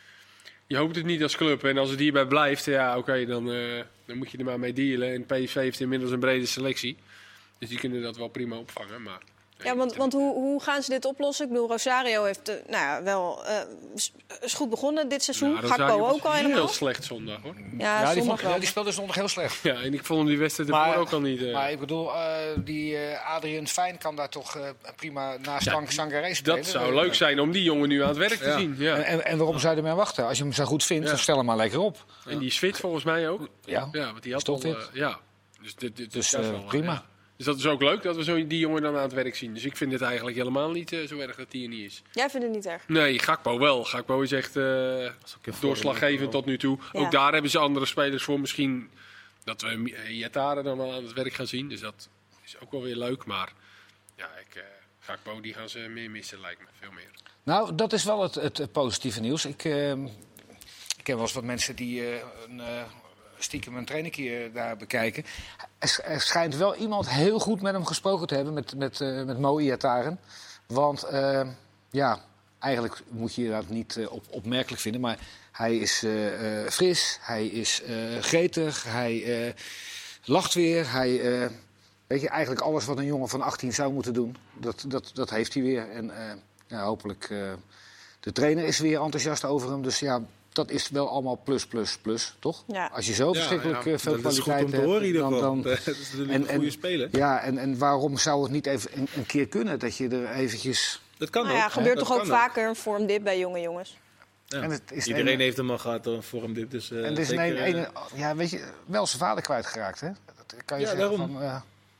je hoopt het niet als club. En als het hierbij blijft, ja, oké, okay, dan, uh, dan moet je er maar mee dealen. En P S V heeft inmiddels een brede selectie. Dus die kunnen dat wel prima opvangen, maar... Ja, want, want hoe, hoe gaan ze dit oplossen? Ik bedoel, Rosario heeft uh, nou ja, wel uh, is goed begonnen dit seizoen. Ja, Gakpo ook al helemaal. Heel slecht zondag, hoor. Ja, ja, die, vond, ja die speelde zondag heel slecht. Ja, en ik vond hem die wedstrijd ervoor ook al niet. Uh... Maar ik bedoel, uh, die uh, Adrien Fijn kan daar toch uh, prima naast ja, Sangaré spelen. Dat zou leuk zijn om die jongen nu aan het werk te ja. zien. Ja. En, en, en waarom zou je ermee wachten? Als je hem zo goed vindt, ja. dan stel hem maar lekker op. En die is fit volgens mij ook. Ja, ja want die had al, uh, ja. Dus, dit, dit, dus dit uh, wel, prima. Ja. Dus dat is ook leuk dat we zo die jongen dan aan het werk zien. Dus ik vind het eigenlijk helemaal niet uh, zo erg dat hij er niet is. Jij vindt het niet erg? Nee, Gakpo wel. Gakpo is echt uh, doorslaggevend tot nu toe. Ja. Ook daar hebben ze andere spelers voor. Misschien dat we Iataren dan wel aan het werk gaan zien. Dus dat is ook wel weer leuk. Maar ja, ik, uh, Gakpo die gaan ze meer missen, lijkt me. Veel meer. Nou, dat is wel het, het positieve nieuws. Ik, uh, ik ken wel eens wat mensen die... Uh, een, uh, stiekem een trainingkeer daar bekijken. Er, er schijnt wel iemand heel goed met hem gesproken te hebben, met, met, uh, met Mo Iataren. Want uh, ja, eigenlijk moet je dat niet uh, op, opmerkelijk vinden, maar hij is uh, uh, fris, hij is uh, gretig, hij uh, lacht weer. Hij, uh, weet je, eigenlijk alles wat een jongen van achttien zou moeten doen, dat, dat, dat heeft hij weer. En uh, ja, hopelijk, uh, de trainer is weer enthousiast over hem, dus ja... Dat is wel allemaal plus, plus, plus, toch? Ja. Als je zo verschrikkelijk ja, ja. veel kwaliteit hebt... Dat is goed om te horen, dan, dan, dat is natuurlijk en, een goede speler. Ja, en, en waarom zou het niet even een, een keer kunnen dat je er eventjes... Dat kan nou ook. Ja, gebeurt hè? toch ook vaker een vormdip bij jonge jongens? Ja. En het is Iedereen ene... heeft hem al gehad, een vormdip. Dus, uh, en het is zeker, een, een, ja, weet je, wel zijn vader kwijtgeraakt, hè? Dat kan je ja, zeggen daarom. Van, uh,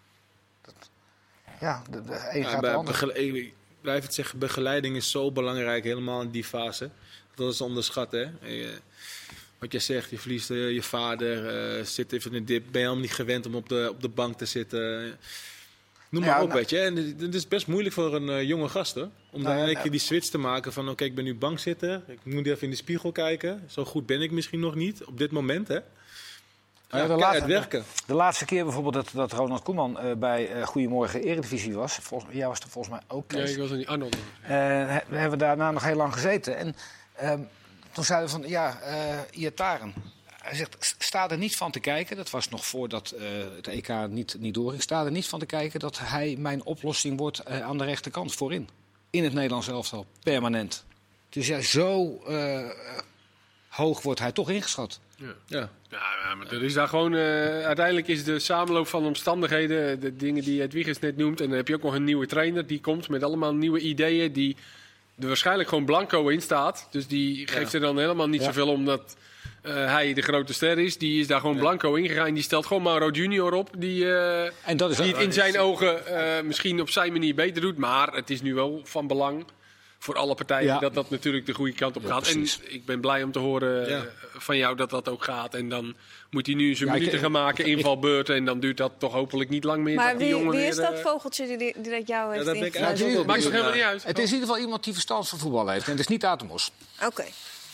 dat, ja, de, de een ja, gaat bij de ander. Begele- ik blijf het zeggen, begeleiding is zo belangrijk, helemaal in die fase. Dat is onderschat, hè? Uh, Wat jij zegt, je verliest uh, je vader, uh, zit even in een dip. Ben je helemaal niet gewend om op de, op de bank te zitten. Noem maar ja, op, nou, weet je. En het is best moeilijk voor een uh, jonge gast, hoor. Om nou, dan een ja, keer die switch te maken van... oké, okay, ik ben nu bank zitten. Ik moet even in de spiegel kijken. Zo goed ben ik misschien nog niet op dit moment, hè. Ja, ja, de, laatste, werken. De, de laatste keer bijvoorbeeld dat, dat Ronald Koeman uh, bij uh, Goedemorgen Eredivisie was... Volgens, jij was er volgens mij ook, Kees. Ja, ik was er niet. Arnold. Uh, we hebben daarna nog heel lang gezeten. En... Uh, Toen zeiden we van, ja, uh, Iataren. Hij zegt, sta er niet van te kijken. Dat was nog voordat uh, het E K niet, niet doorging. Sta er niet van te kijken dat hij mijn oplossing wordt uh, aan de rechterkant voorin. In het Nederlands elftal, permanent. Dus ja, zo uh, hoog wordt hij toch ingeschat. Ja, ja. ja maar er is daar gewoon, uh, uiteindelijk is de samenloop van omstandigheden, de dingen die Edwiges net noemt. En dan heb je ook nog een nieuwe trainer die komt met allemaal nieuwe ideeën die... er waarschijnlijk gewoon blanco in staat. Dus die geeft ja. er dan helemaal niet ja. zoveel omdat uh, hij de grote ster is. Die is daar gewoon ja. blanco ingegaan. Die stelt gewoon Mauro Junior op. Die, uh, en dat is die het in zijn ogen uh, misschien op zijn manier beter doet. Maar het is nu wel van belang voor alle partijen ja. dat dat natuurlijk de goede kant op ja, gaat. Precies. En ik ben blij om te horen ja. uh, van jou dat dat ook gaat. En dan moet hij nu zijn ja, minuten ik, gaan maken, invalbeurten. En dan duurt dat toch hopelijk niet lang meer. Maar dat wie, die jongen wie is weer, dat vogeltje die, die dat jou heeft ja, ingevuld? Ja, het maakt toch helemaal niet uit. Het is in ieder geval iemand die verstand van voetbal heeft. En het is niet Atemos. Oké. Okay.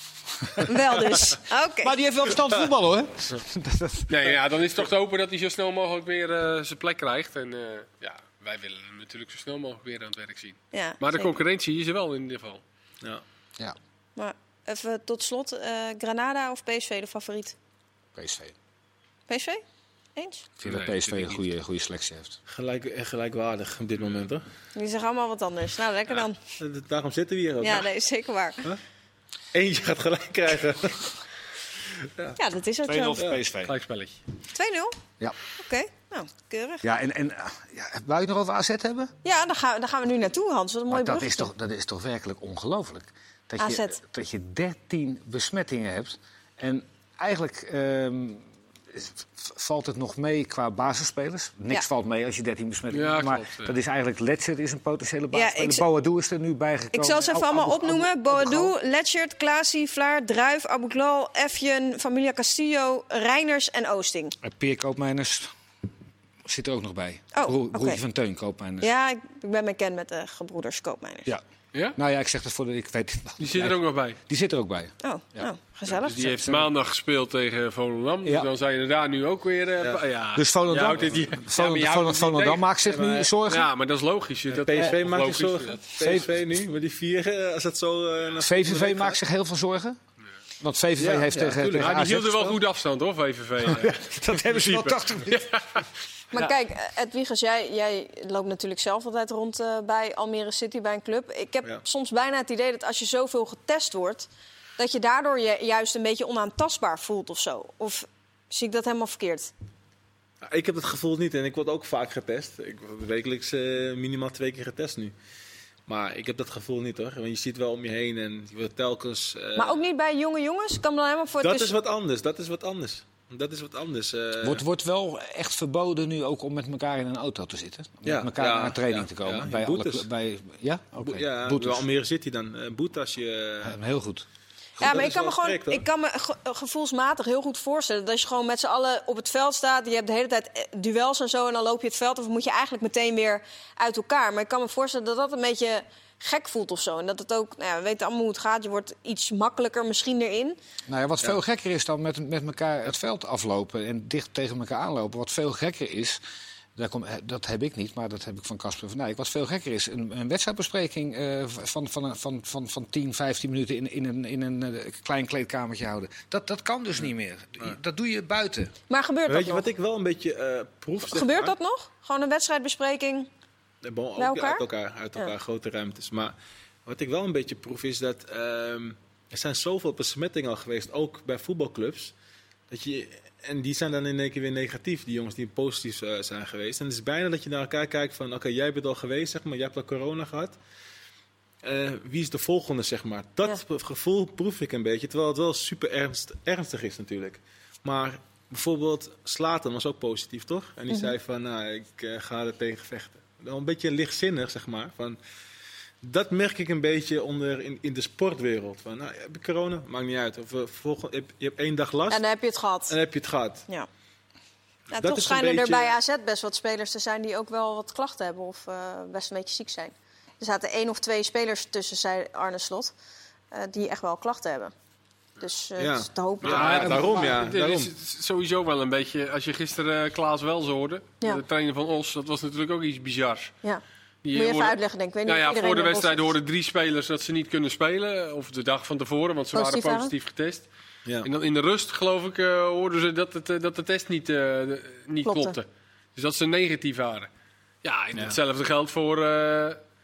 Wel dus. Okay. Maar die heeft wel verstand van voetbal, hoor. Nee, ja, dan is het toch te hopen dat hij zo snel mogelijk weer uh, zijn plek krijgt. En uh, ja, wij willen hem natuurlijk zo snel mogelijk weer aan het werk zien. Ja, maar de zeker. Concurrentie is er wel in ieder geval. Ja. ja. Maar even tot slot, uh, Granada of P S V de favoriet? P S V. P S V? Eens? Ik vind Nee, dat P S V vind ik een goede, goede selectie heeft. Gelijk, echt gelijkwaardig op dit moment, hoor. Die zeggen allemaal wat anders. Nou, lekker dan. Daarom zitten we hier ook. Ja, nee, is zeker waar. Eentje gaat gelijk krijgen. Ja, dat is ook twee nul zo. voor P S V. Gelijk spelletje. twee nul? Ja. Oké, nou, keurig. Ja, en, en uh, ja, wou je het nog over A Z hebben? Ja, daar gaan, we, daar gaan we nu naartoe, Hans. Wat een mooi Maar dat is, bruggetje. toch, dat is toch werkelijk ongelooflijk. Dat A je, Z. dat je dertien besmettingen hebt. En eigenlijk ehm, v- valt het nog mee qua basisspelers. Niks Ja. valt mee als je dertien besmettingen Ja, hebt. Maar klopt, ja. dat is eigenlijk Letchert is een potentiële Ja, basisspeler. ik z- Boadu is er nu bijgekomen. Ik zal ze even Abu- allemaal Abu- opnoemen. Abu- Abu- Boadu, Letchert, Klaasie, Vlaar, Druif, Abouklal, Efjen, Familia Castillo, Reiners en Oosting. En Peer Koopmeiners zit er ook nog bij. Oh, Broer- oké. Broertje van Teun Koopmeiners. Ja, ik ik ben bekend met de gebroeders Koopmeiners. Ja. Ja? Nou ja, ik zeg dat voor de... Ik weet het wel. Die zit er ook nog bij. Die zit er ook bij. Oh, nou, gezellig. Dus die heeft maandag gespeeld tegen Volendam. Dus Ja. dan zijn er daar nu ook weer... uh, Ja. ja. Ja. Dus Volendam, Je houdt het- je- ja, Volendam, maar je houdt het niet Volendam tegen. maakt zich nu zorgen. Ja, maar dat is logisch. Dat, P S V eh, maakt logisch, zich zorgen. dat- P S V nu, met die vier, eh, als het zo... eh, naar V V V volgende maakt week zich heel veel zorgen. Want V V V Ja, heeft ja, tegen, tuurlijk. tegen Ja, die A Z hielden wel gespeeld. goed afstand, hoor, V V V. eh. Dat hebben ze wel tachtig minuten. Maar kijk, Edwiges, jij, jij loopt natuurlijk zelf altijd rond uh, bij Almere City, bij een club. Ik heb Ja. soms bijna het idee dat als je zoveel getest wordt, dat je daardoor je juist een beetje onaantastbaar voelt of zo. Of zie ik dat helemaal verkeerd? Ja, ik heb het gevoel niet en ik word ook vaak getest. Ik word wekelijks uh, minimaal twee keer getest nu. Maar ik heb dat gevoel niet, hoor. Want je ziet wel om je heen en je wordt telkens... Uh, Maar ook niet bij jonge jongens? Ik kan me dan helemaal voor dat dus... is wat anders, dat is wat anders. Dat is wat anders. Uh, Wordt, wordt wel echt verboden nu ook om met elkaar in een auto te zitten? Om Ja, met elkaar ja, naar een training ja, te komen? ja, bij boetes. alle, bij, ja? Oké. ja, Boetes. bij Almere City dan. Uh, boete als je... Uh, Ja, heel goed. Ja, maar dat ik is kan me wel gewoon, strikt, hoor. ik kan me ge- gevoelsmatig heel goed voorstellen dat als je gewoon met z'n allen op het veld staat, je hebt de hele tijd eh, duels en zo, en dan loop je het veld of moet je eigenlijk meteen weer uit elkaar. Maar ik kan me voorstellen dat dat een beetje gek voelt of zo. En dat het ook, nou ja, we weten allemaal hoe het gaat, je wordt iets makkelijker misschien erin. Nou ja, wat Ja. veel gekker is dan met, met elkaar het veld aflopen en dicht tegen elkaar aanlopen. Wat veel gekker is, daar kom, dat heb ik niet, maar dat heb ik van Casper van Dijk. Wat veel gekker is, een, een wedstrijdbespreking uh, van, van, van, van, van tien, vijftien minuten in, in een, in een uh, klein kleedkamertje houden. Dat, dat kan dus niet meer. Dat doe je buiten. Maar gebeurt weet dat je nog? wat ik wel een beetje uh, proef? zeg Gebeurt maar? dat nog? Gewoon een wedstrijdbespreking? Nee, bon, ook bij elkaar? Uit elkaar, uit elkaar Ja. grote ruimtes. Maar wat ik wel een beetje proef is dat um, er zijn zoveel besmettingen al geweest, ook bij voetbalclubs. Dat je, en die zijn dan in één keer weer negatief, die jongens die positief uh, zijn geweest. En het is bijna dat je naar elkaar kijkt van, oké, okay, jij bent al geweest, zeg maar, jij hebt al corona gehad. Uh, wie is de volgende, zeg maar? Dat ja. gevoel proef ik een beetje, terwijl het wel super ernst, ernstig is natuurlijk. Maar bijvoorbeeld Zlatan was ook positief, toch? En die mm-hmm. zei van, nou, ik uh, ga er tegen vechten. Wel een beetje lichtzinnig, zeg maar. Van, dat merk ik een beetje onder in, in de sportwereld. Van, nou, heb je corona? Maakt niet uit. Of, uh, volgende, je, je hebt één dag last. En dan heb je het gehad. En dan heb je het gehad. Ja. Ja, toch schijnen beetje... er bij A Z best wat spelers te zijn die ook wel wat klachten hebben. Of uh, best een beetje ziek zijn. Er zaten één of twee spelers tussen, zei Arne Slot, uh, die echt wel klachten hebben. Dus uh, ja. te hopen. Ja, ja, daarom ja. Het daarom. is sowieso wel een beetje, als je gisteren uh, Klaas Wels hoorde, ja. de trainer van Os, dat was natuurlijk ook iets bizars. Ja. Die Moet je even hoorde, uitleggen, denk ik. Weet nou niet ja, voor de Bos wedstrijd hoorden drie spelers dat ze niet kunnen spelen. Of de dag van tevoren, want ze positief waren positief waren. getest. Ja. En dan in de rust, geloof ik, uh, hoorden ze dat, het, uh, dat de test niet, uh, niet klopte. klopte. Dus dat ze negatief waren. Ja, en ja. hetzelfde geldt voor uh,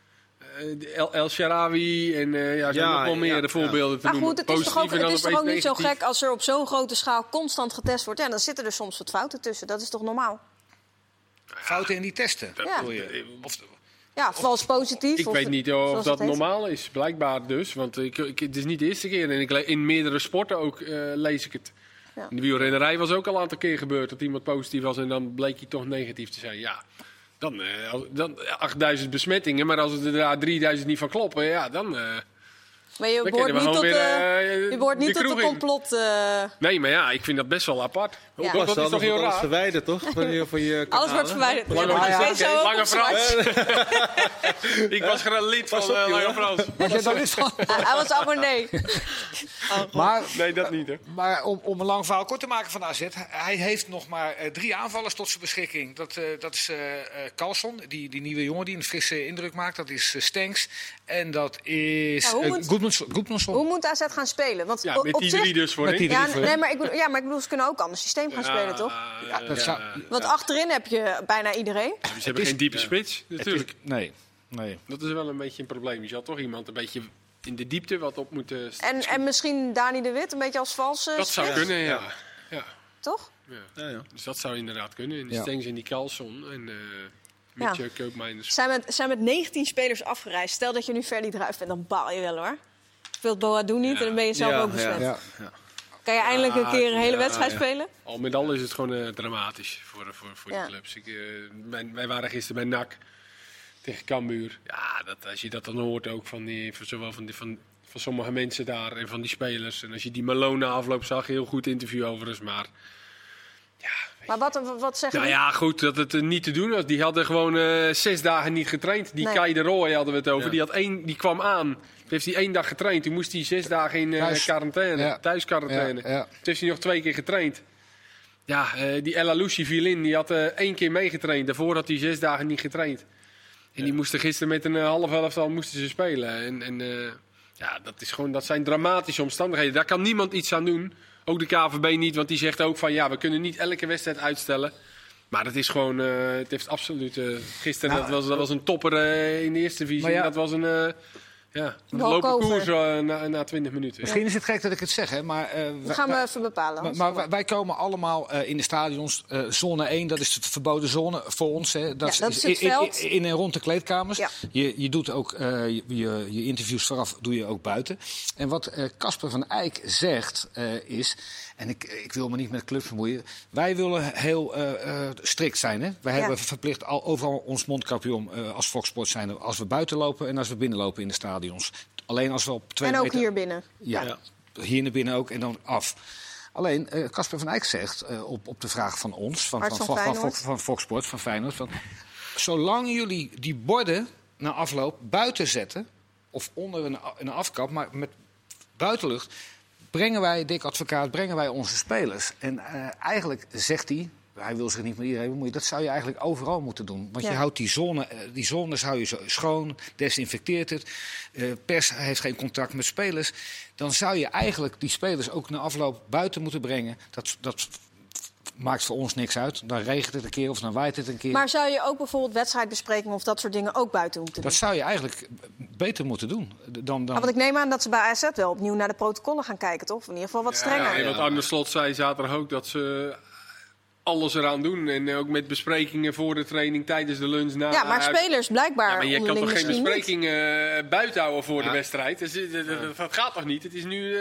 El, El Sharawi en uh, ja, er zijn ja, nog wel meer ja, voorbeelden ja. te maar noemen. Maar goed, het is toch ook, het is toch ook niet zo gek als er op zo'n grote schaal constant getest wordt. Ja, dan zitten er soms wat fouten tussen. Dat is toch normaal? Fouten in die testen? Ja. Je. Of, ja, vals positief. Ik of weet het, niet of dat normaal is, blijkbaar dus. Want ik, ik, het is niet de eerste keer. En ik, in meerdere sporten ook uh, lees ik het. Ja. In de wielrennerij was ook al een aantal keer gebeurd dat iemand positief was en dan bleek hij toch negatief te zijn. Ja, dan, uh, dan achtduizend besmettingen, maar als er daar drieduizend niet van kloppen, ja, dan... Uh, Maar je behoort niet tot, weer, uh, uh, je behoort niet de tot de complot... Uh... Nee, maar ja, ik vind dat best wel apart. Ja. Dat, dat is toch heel raar? Alles verwijderd, toch? Van je, van je alles wordt verwijderd. Lange, ja, ja, ja. Okay, Lange Frans. ik was gewoon lid van uh, Lange Frans. Was jij daar lid van? Hij was abonnee. Oh, maar, nee, dat niet. Hè. Maar om, om een lang verhaal kort te maken van A Z. Hij heeft nog maar uh, drie aanvallers tot zijn beschikking. Dat, uh, dat is uh, uh, Carlson, die, die nieuwe jongen die een frisse indruk maakt. Dat is uh, Stenks. En dat is Ja, hoe uh, moet- Goedmanson. Hoe moet A Z gaan spelen? Want Ja, o- met op die zich... drie dus Met voorin. die Ja, drie nee, maar ik bedoel, ja, maar ik bedoel, ze kunnen ook een ander systeem gaan spelen, toch? Ja, dat zou- Want achterin heb je bijna iedereen. Ze hebben is- geen diepe spits, Het natuurlijk. is- nee, nee. Dat is wel een beetje een probleem. Je zal toch iemand een beetje in de diepte wat op moeten... st- En, en misschien Dani de Wit, een beetje als valse dat zou spits, kunnen, ja. ja. toch? ja. Ja, ja. Dus dat zou inderdaad kunnen. En die Ja. Stengs en die Carlson en uh, Ja. Mitje Koopmeiners. Zijn met, zijn met negentien spelers afgereisd. Stel dat je nu Ferdy Druijf bent, dan baal je wel hoor. Speelt Boadu niet Ja. en dan ben je zelf Ja, ook besmet. Ja. Kan je eindelijk een keer een hele Ja, wedstrijd ja. spelen? Al met al is het gewoon uh, dramatisch voor, voor, voor Ja. die clubs. Ik, uh, wij, wij waren gisteren bij N A C tegen Cambuur. Ja, dat, als je dat dan hoort ook van, die, van, zowel van, die, van, van sommige mensen daar en van die spelers. En als je die Malone na afloop zag, heel goed interview overigens. Maar ja, weet Maar wat, wat zeggen Nou die? ja, goed, dat het uh, niet te doen was. Die hadden gewoon uh, zes dagen niet getraind. Die Nee. Kai de Roy hadden we het over. Ja. Die, had één, die kwam aan. Toen heeft hij één dag getraind. Toen moest hij zes dagen in uh, Thuis. quarantaine. Ja. Thuisquarantaine. Ja, ja. Toen heeft hij nog twee keer getraind. Ja, uh, die El Alouchi viel in. Die had uh, één keer meegetraind. Daarvoor had hij zes dagen niet getraind. En die moesten gisteren met een uh, half elftal moesten ze spelen. En, en uh, ja, dat, is gewoon, dat zijn dramatische omstandigheden. Daar kan niemand iets aan doen. Ook de K V B niet, want die zegt ook van ja, we kunnen niet elke wedstrijd uitstellen. Maar dat is gewoon, uh, het heeft absoluut... Uh, gisteren, Nou, dat, was, dat was een topper uh, in de eerste divisie. Maar ja. Dat was een... Uh, ja, een Walkover. lopen koers uh, na, na twintig minuten. Misschien is het gek dat ik het zeg, hè, maar... uh, Dat gaan we even bepalen. Maar, Hans. maar wij- wij komen allemaal uh, in de stadions. Uh, zone één, dat is de verboden zone voor ons. Hè. Dat, Ja, dat is in- het in- veld. In, in en rond de kleedkamers. Ja. Je, je doet ook uh, je, je, je interviews vooraf doe je ook buiten. En wat Casper uh, van Eyck zegt uh, is... En ik, ik wil me niet met de club vermoeien. Wij willen heel uh, uh, strikt zijn. Hè? Wij Ja. hebben verplicht al, overal ons mondkapje om uh, als Fox Sports zijn. Als we buiten lopen en als we binnenlopen in de stadions. Alleen als we op twee En ook meter... hier binnen. Ja, Ja. hier naar binnen ook en dan af. Alleen, uh, Casper van Eyck zegt uh, op, op de vraag van ons, van, Arts van, van van, van, Feyenoord. van Fox Sports, van Feyenoord... Van, zolang jullie die borden na afloop buiten zetten... of onder een, een afkap, maar met buitenlucht... brengen wij, Dick Advocaat, brengen wij onze spelers. En uh, eigenlijk zegt hij... Hij wil zich niet met iedereen bemoeien. Dat zou je eigenlijk overal moeten doen. Want Ja. je houdt die, zone, uh, die zones hou je zo schoon, desinfecteert het. Uh, pers heeft geen contact met spelers. Dan zou je eigenlijk die spelers ook na afloop buiten moeten brengen. Dat, dat maakt voor ons niks uit. Dan regent het een keer of dan waait het een keer. Maar zou je ook bijvoorbeeld wedstrijdbesprekingen of dat soort dingen ook buiten moeten doen? Dat zou je eigenlijk beter moeten doen. Dan, dan... Ja, want ik neem aan dat ze bij A Z wel opnieuw naar de protocollen gaan kijken, toch? Of in ieder geval wat strenger. Ja, en Ja. wat Arne Slot zei zaterdag ook, dat ze alles eraan doen. En ook met besprekingen voor de training, tijdens de lunch. Na, Ja, maar uit- spelers blijkbaar Ja, maar je kan onderling toch geen misschien niet. besprekingen uh, buiten houden voor Ja. de wedstrijd? Dus, uh, dat, dat- dat gaat toch niet? Het is nu... uh,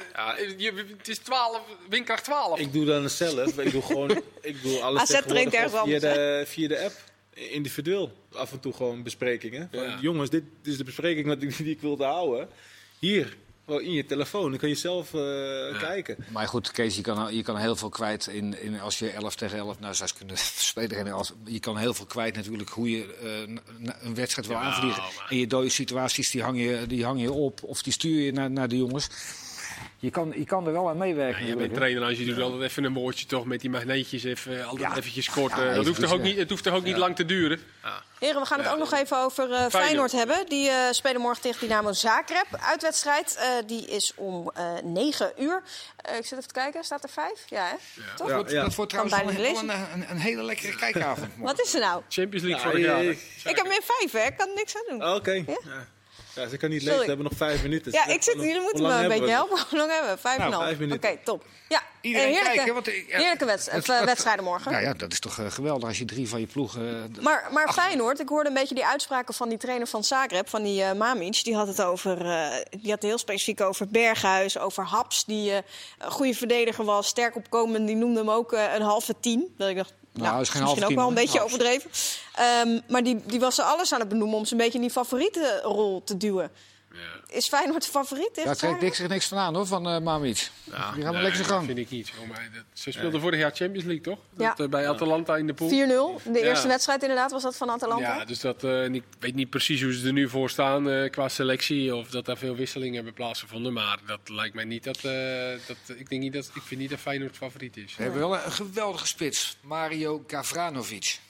je, het is twaalf, windkracht twaalf. Ik doe dan zelf. Ik doe gewoon ik doe alles A Z traint tegenwoordig ergens gewoon via anders, de, via de app. Individueel. Af en toe gewoon besprekingen. Van, Ja. jongens, dit is de bespreking wat ik, die ik wilde houden. Hier, wel in je telefoon. Dan kan je zelf uh, kijken. Maar goed, Kees, je kan, je kan heel veel kwijt in, in, als je elf tegen elf... Nou, zou je kunnen spelen. Als, je kan heel veel kwijt natuurlijk hoe je uh, een wedstrijd wil Ja, aanvliegen. maar- En je dode situaties, die hang je, die hang je op. Of die stuur je naar, naar de jongens. Je kan, je kan er wel aan meewerken. Ja, je bent trainer, als je doet altijd even een woordje toch met die magneetjes even altijd Ja. eventjes kort. Ja, uh, dat even hoeft toch ook iets, niet, het hoeft toch ook niet lang te duren. Heren, we gaan het Ja. ook nog even over uh, Feyenoord. Feyenoord hebben. Die uh, spelen morgen tegen Dynamo Zagreb. Uitwedstrijd, uh, die is om uh, negen uur. Uh, ik zit even te kijken, staat er vijf? Ja, hè? Toch? Ja. Dat, dat wordt trouwens bijna wel niet een, wel een, een, een hele lekkere kijkavond. morgen. Wat is er nou? Champions League Ja, vorig jaar. je- Ik heb meer vijf, hè? Ik kan er niks aan doen. Oh, Oké. Ja? Ja. Ja, ze kan niet Sorry. lezen. We hebben nog vijf minuten. Ja, ik zit, jullie moeten me een beetje helpen. Hoe lang hebben we? Vijf en Nou, een half. vijf Oké, minuten. top. Ja, Iedereen eh, heerlijke, kijken, want, eh, ja, heerlijke wedst- het- eh, het- wedstrijden morgen. Nou ja, dat is toch uh, geweldig als je drie van je ploegen... Uh, Maar, maar Feyenoord, ik hoorde een beetje die uitspraken van die trainer van Zagreb, van die uh, Mamic. Die had het over, uh, die had het heel specifiek over Berghuis, over Haps, die uh, een goede verdediger was, sterk opkomen. Die noemde hem ook uh, een halve tien. Dat ik dacht, nou, Nou, is geen misschien halve ook wel een tien, beetje Haps. overdreven. Um, maar die, die was er alles aan het benoemen om ze een beetje in die favoriete rol te duwen. Ja. Is Feyenoord de favoriet? Daar trekt Dick zich niks van aan, hoor, van uh, Mamic. Die gaan maar Nee, lekker zijn gang. dat vind ik niet. Oh, maar dat, ze speelden vorig jaar Champions League, toch? Ja. Dat, uh, bij Atalanta in de pool. vier nul. De Ja. eerste wedstrijd inderdaad was dat van Atalanta. Ja, dus dat, uh, en ik weet niet precies hoe ze er nu voor staan uh, qua selectie. Of dat daar veel wisselingen hebben plaatsgevonden. Maar dat lijkt mij niet dat... Uh, dat ik, denk niet dat ik vind niet dat Feyenoord favoriet is. We hebben wel een geweldige spits. Mario Gavranovic.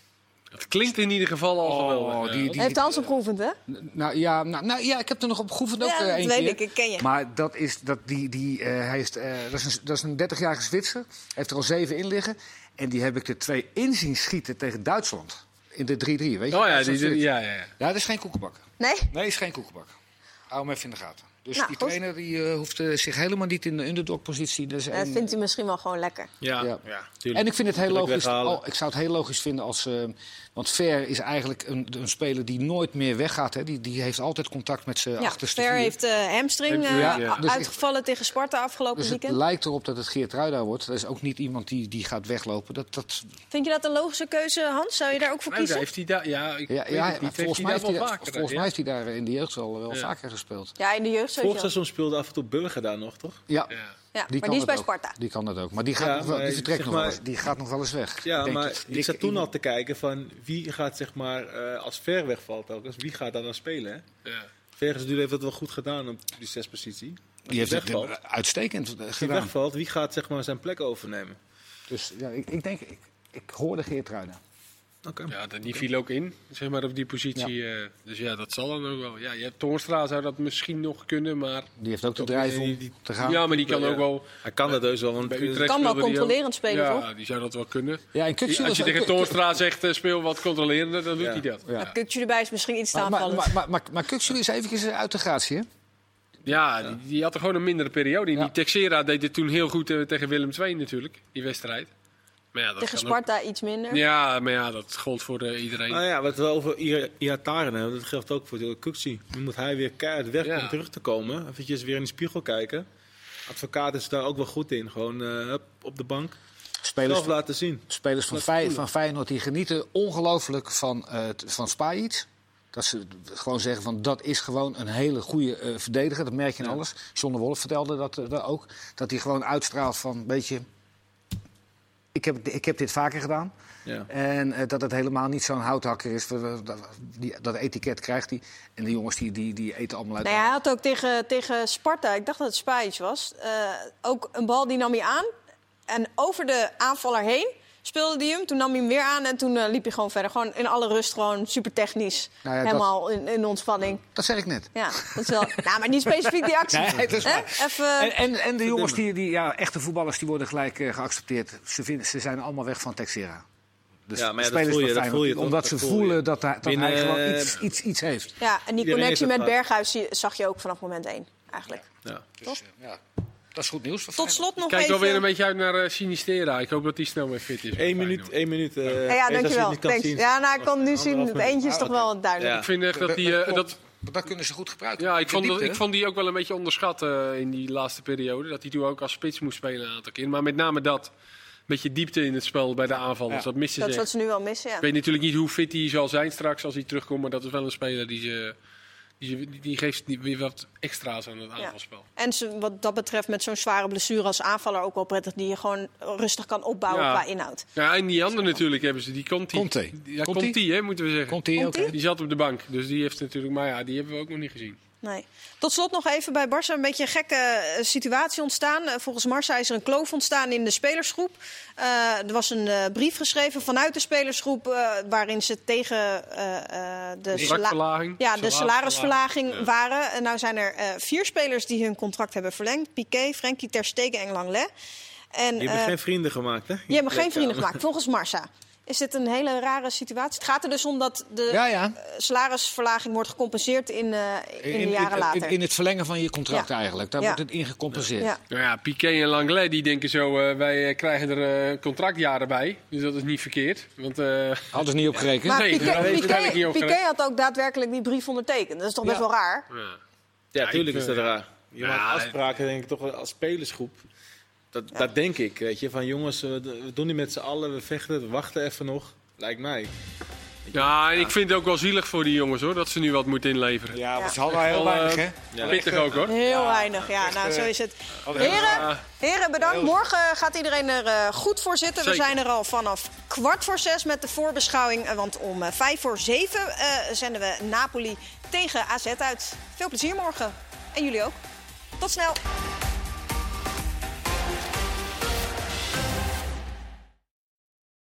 Het klinkt in ieder geval al geweldig. Oh, die, die, Heeft Hans hem geoefend, hè? Nou ja, nou, nou, ja, ik heb er nog op geoefend ook Ja, uh, dat één weet keer. ik, ik ken je. Maar dat is, dat die, die, uh, hij is, uh, dat, is een, dat is een dertigjarige Zwitser. Hij heeft er al zeven in liggen. En die heb ik er twee in zien schieten tegen Duitsland. In de drie drie, weet je? Oh ja, Duitsland, die, die, Zwitser. ja, ja, ja. Ja, dat is geen koekenbakker. Nee? Nee, is geen koekenbakker. Hou hem even in de gaten. Dus Nou, die goed. trainer die, uh, hoeft uh, zich helemaal niet in de underdog-positie. Dus Dat en- vindt hij misschien wel gewoon lekker. Ja, Ja. ja. tuurlijk. En ik vind het heel Tuurlijk logisch. weghalen. Al, ik zou het heel logisch vinden als. Uh, want Ver is eigenlijk een, een speler die nooit meer weggaat. Hè. Die, die heeft altijd contact met zijn Ja, achterste Ver vier. heeft uh, hamstring uh, Ja, ja. Dus uitgevallen tegen Sparta afgelopen Dus het weekend. lijkt erop dat het Geertruida wordt. Dat is ook niet iemand die, die gaat weglopen. Dat, dat, Vind je dat een logische keuze, Hans? Zou je daar ook voor Nou, daar kiezen? heeft hij daar, ja, ik ja, weet ja, het niet. volgens Heeft mij hij heeft hij, daar wel daar- vaker? volgens ja. mij heeft hij daar in de jeugd wel, wel Ja. vaker gespeeld. Ja, in de jeugd Vorig sowieso. seizoen speelde af en toe Burger daar nog, toch? Ja, Ja. Ja, die maar kan die is het bij ook. Sparta. Die kan dat ook. Maar die, gaat Ja, nog wel, maar die vertrekt zeg nog wel maar- eens. Die gaat nog wel eens weg. Ja, Denk maar het. ik zat toen al te kijken van wie gaat zeg maar, uh, als Ver wegvalt ook, wie gaat daar dan spelen? Hè? Ja. Vergens heeft het wel goed gedaan op die zespositie. Als Die heeft het wegvalt, uh, uitstekend uh, als die gedaan. wegvalt, wie gaat zeg maar, zijn plek overnemen? Dus ja, ik, ik denk, ik, ik hoorde Geertruida. Oké. Ja, dat- die viel ook in, zeg maar, op die positie. eh, dus ja, dat zal dan ook wel. Ja, je hebt Toornstra, zou dat misschien nog kunnen, maar... Die heeft ook de Ook drijf die- om die- te gaan. Ja, maar die kan Ja. ook wel... Hij kan dat dus wel. Want Bij Utrecht Kan wel speelde die ook. controlerend spelen, ja, toch? die zou dat wel kunnen. Ja, en Kukçu Als was je ook- tegen Toornstra zegt, eh, speel wat controlerender, dan doet Ja. hij dat. Ja. Maar Kukçu erbij is misschien iets te Maar, maar, aanvallend. maar, maar, maar, maar Kukçu is eventjes uit de gratie, hè? Ja, die, die had er gewoon een mindere periode in. Ja. Die Texera deed het toen heel goed eh, tegen Willem twee natuurlijk, die wedstrijd. Maar ja, dat Tegen kan Sparta iets minder. Ook, ja, maar ja, dat gold voor eh, iedereen. Nou ja, wat we over I- Iataren hebben, dat geldt ook voor de Kuxi. Nu moet hij weer keihard weg Ja. om terug te komen. Eventjes weer in de spiegel kijken. Advocaat is daar ook wel goed in. Gewoon eh, hup, op de bank. Spelers, Zelf laten zien. spelers van, Dat Fey- voelen. van Feyenoord die genieten ongelooflijk van, uh, van Spajic. Dat ze gewoon zeggen van dat is gewoon een hele goede uh, verdediger. Dat merk je in Ja. alles. John de Wolf vertelde dat, uh, dat ook. Dat hij gewoon uitstraalt van een beetje... Ik heb, ik heb dit vaker gedaan. Ja. En uh, dat het helemaal niet zo'n houthakker is. Dat, die, dat etiket krijgt hij. En de jongens die, die, die eten allemaal uit. Nee, hij had ook tegen, tegen Sparta, ik dacht dat het Spajic was, uh, ook een bal die nam hij aan. En over de aanvaller heen speelde hij hem. Toen nam hij hem weer aan en toen uh, liep hij gewoon verder. Gewoon in alle rust, gewoon super technisch. Nou ja, Helemaal in, in ontspanning. Dat zeg ik net. Ja, dat is wel... nou, maar niet specifiek die actie. Nee, dat is Hè? waar. Even... En, en, en de jongens, die, die, ja, echte voetballers, die worden gelijk uh, geaccepteerd. Ze, vinden, ze zijn allemaal weg van Texera. Dus Ja, maar ja, de dat spelers voel je, van dat voel je Feyenoord, toch? omdat Dat ze voel je. voelen dat, hij, dat Binnen, hij gewoon eh, iets, iets, iets heeft. Ja, en die Iedereen connectie heeft met het Berghuis zie- zag je ook vanaf moment één, eigenlijk. Ja. Dus, uh, ja, dat is goed nieuws. voor Tot Feyenoord. slot nog Kijk even... wel weer een beetje uit naar uh, Sinistera. Ik hoop dat hij snel weer fit is. Eén minuut, één minuut. Uh, Ja, ja, dankjewel. Thanks. Ja, nou, ik kon nu zien, het Anderhalf eentje is toch wel duidelijk. Ja. Ik vind echt dat die... Dat uh, klopt. dat, Dat kunnen ze goed gebruiken. ja, ik De vond, dat, diepte. ik vond die ook wel een beetje onderschat uh, in die laatste periode. Dat hij toen ook als spits moest spelen een aantal keer. Maar met name dat. Een beetje diepte in het spel bij de aanvallers. Ja. Dat miste Dat ze is wat echt. ze nu wel missen, ja. Ik weet natuurlijk niet hoe fit hij zal zijn straks als hij terugkomt. Maar dat is wel een speler die ze... Die, ze- die geeft die weer wat extra's aan het aanvalspel. En ze, wat dat betreft met zo'n zware blessure als aanvaller ook wel prettig... die je gewoon rustig kan opbouwen Ja. qua inhoud. Ja, en die andere natuurlijk hebben ze. Die Conti. Conte. Ja, Conti? Conti, hè, moeten we zeggen. Komt hij ook? Komt-ie? Die zat op de bank. Dus die heeft natuurlijk... Maar ja, die hebben we ook nog niet gezien. Nee. Tot slot nog even bij Barça een beetje een gekke uh, situatie ontstaan. Uh, volgens Marca is er een kloof ontstaan in de spelersgroep. Uh, er was een uh, brief geschreven vanuit de spelersgroep... Uh, waarin ze tegen uh, uh, de, Contractverlaging. ja, de salarisverlaging Ja. waren. En nou zijn er uh, vier spelers die hun contract hebben verlengd. Piqué, Frenkie ter Stegen en Langlais. En, Je hebt uh, geen vrienden gemaakt, hè? die hebben geen vrienden gemaakt, volgens Marca. Is dit een hele rare situatie? Het gaat er dus om dat de Ja, ja. uh, salarisverlaging wordt gecompenseerd in, uh, in, in de jaren later. In, in het verlengen van je contract Ja. eigenlijk. Daar Ja. wordt het in gecompenseerd. Ja. Nou ja, Piqué en Langlais die denken zo, uh, wij uh, krijgen er uh, contractjaren bij. Dus dat is niet verkeerd. Want, uh, Hadden ze niet op gerekend. Maar Nee, Piqué, daar heeft het eigenlijk Piqué, niet op Piqué had ook daadwerkelijk die brief ondertekend. Dat is toch best Ja. wel raar? ja. Ja, Ja, tuurlijk ik, is dat uh, raar. Je ja, maakt afspraken, denk ik, toch wel als spelersgroep. Dat, dat denk ik, weet je. Van jongens, we, we doen dit met z'n allen, we vechten, we wachten even nog. Lijkt mij. ja, en ik vind het ook wel zielig voor die jongens hoor, dat ze nu wat moeten inleveren. Ja, Ja. ze hadden heel Wel, weinig, uh, hè? Ja. Pittig ook hoor. Heel weinig, ja. Nou, zo is het. Heren, Ja. heren, bedankt. Morgen gaat iedereen er uh, goed voor zitten. We Zeker. zijn er al vanaf kwart voor zes met de voorbeschouwing. uh, Want om uh, vijf voor zeven uh, zenden we Napoli tegen A Z uit. Veel plezier morgen. En jullie ook. Tot snel.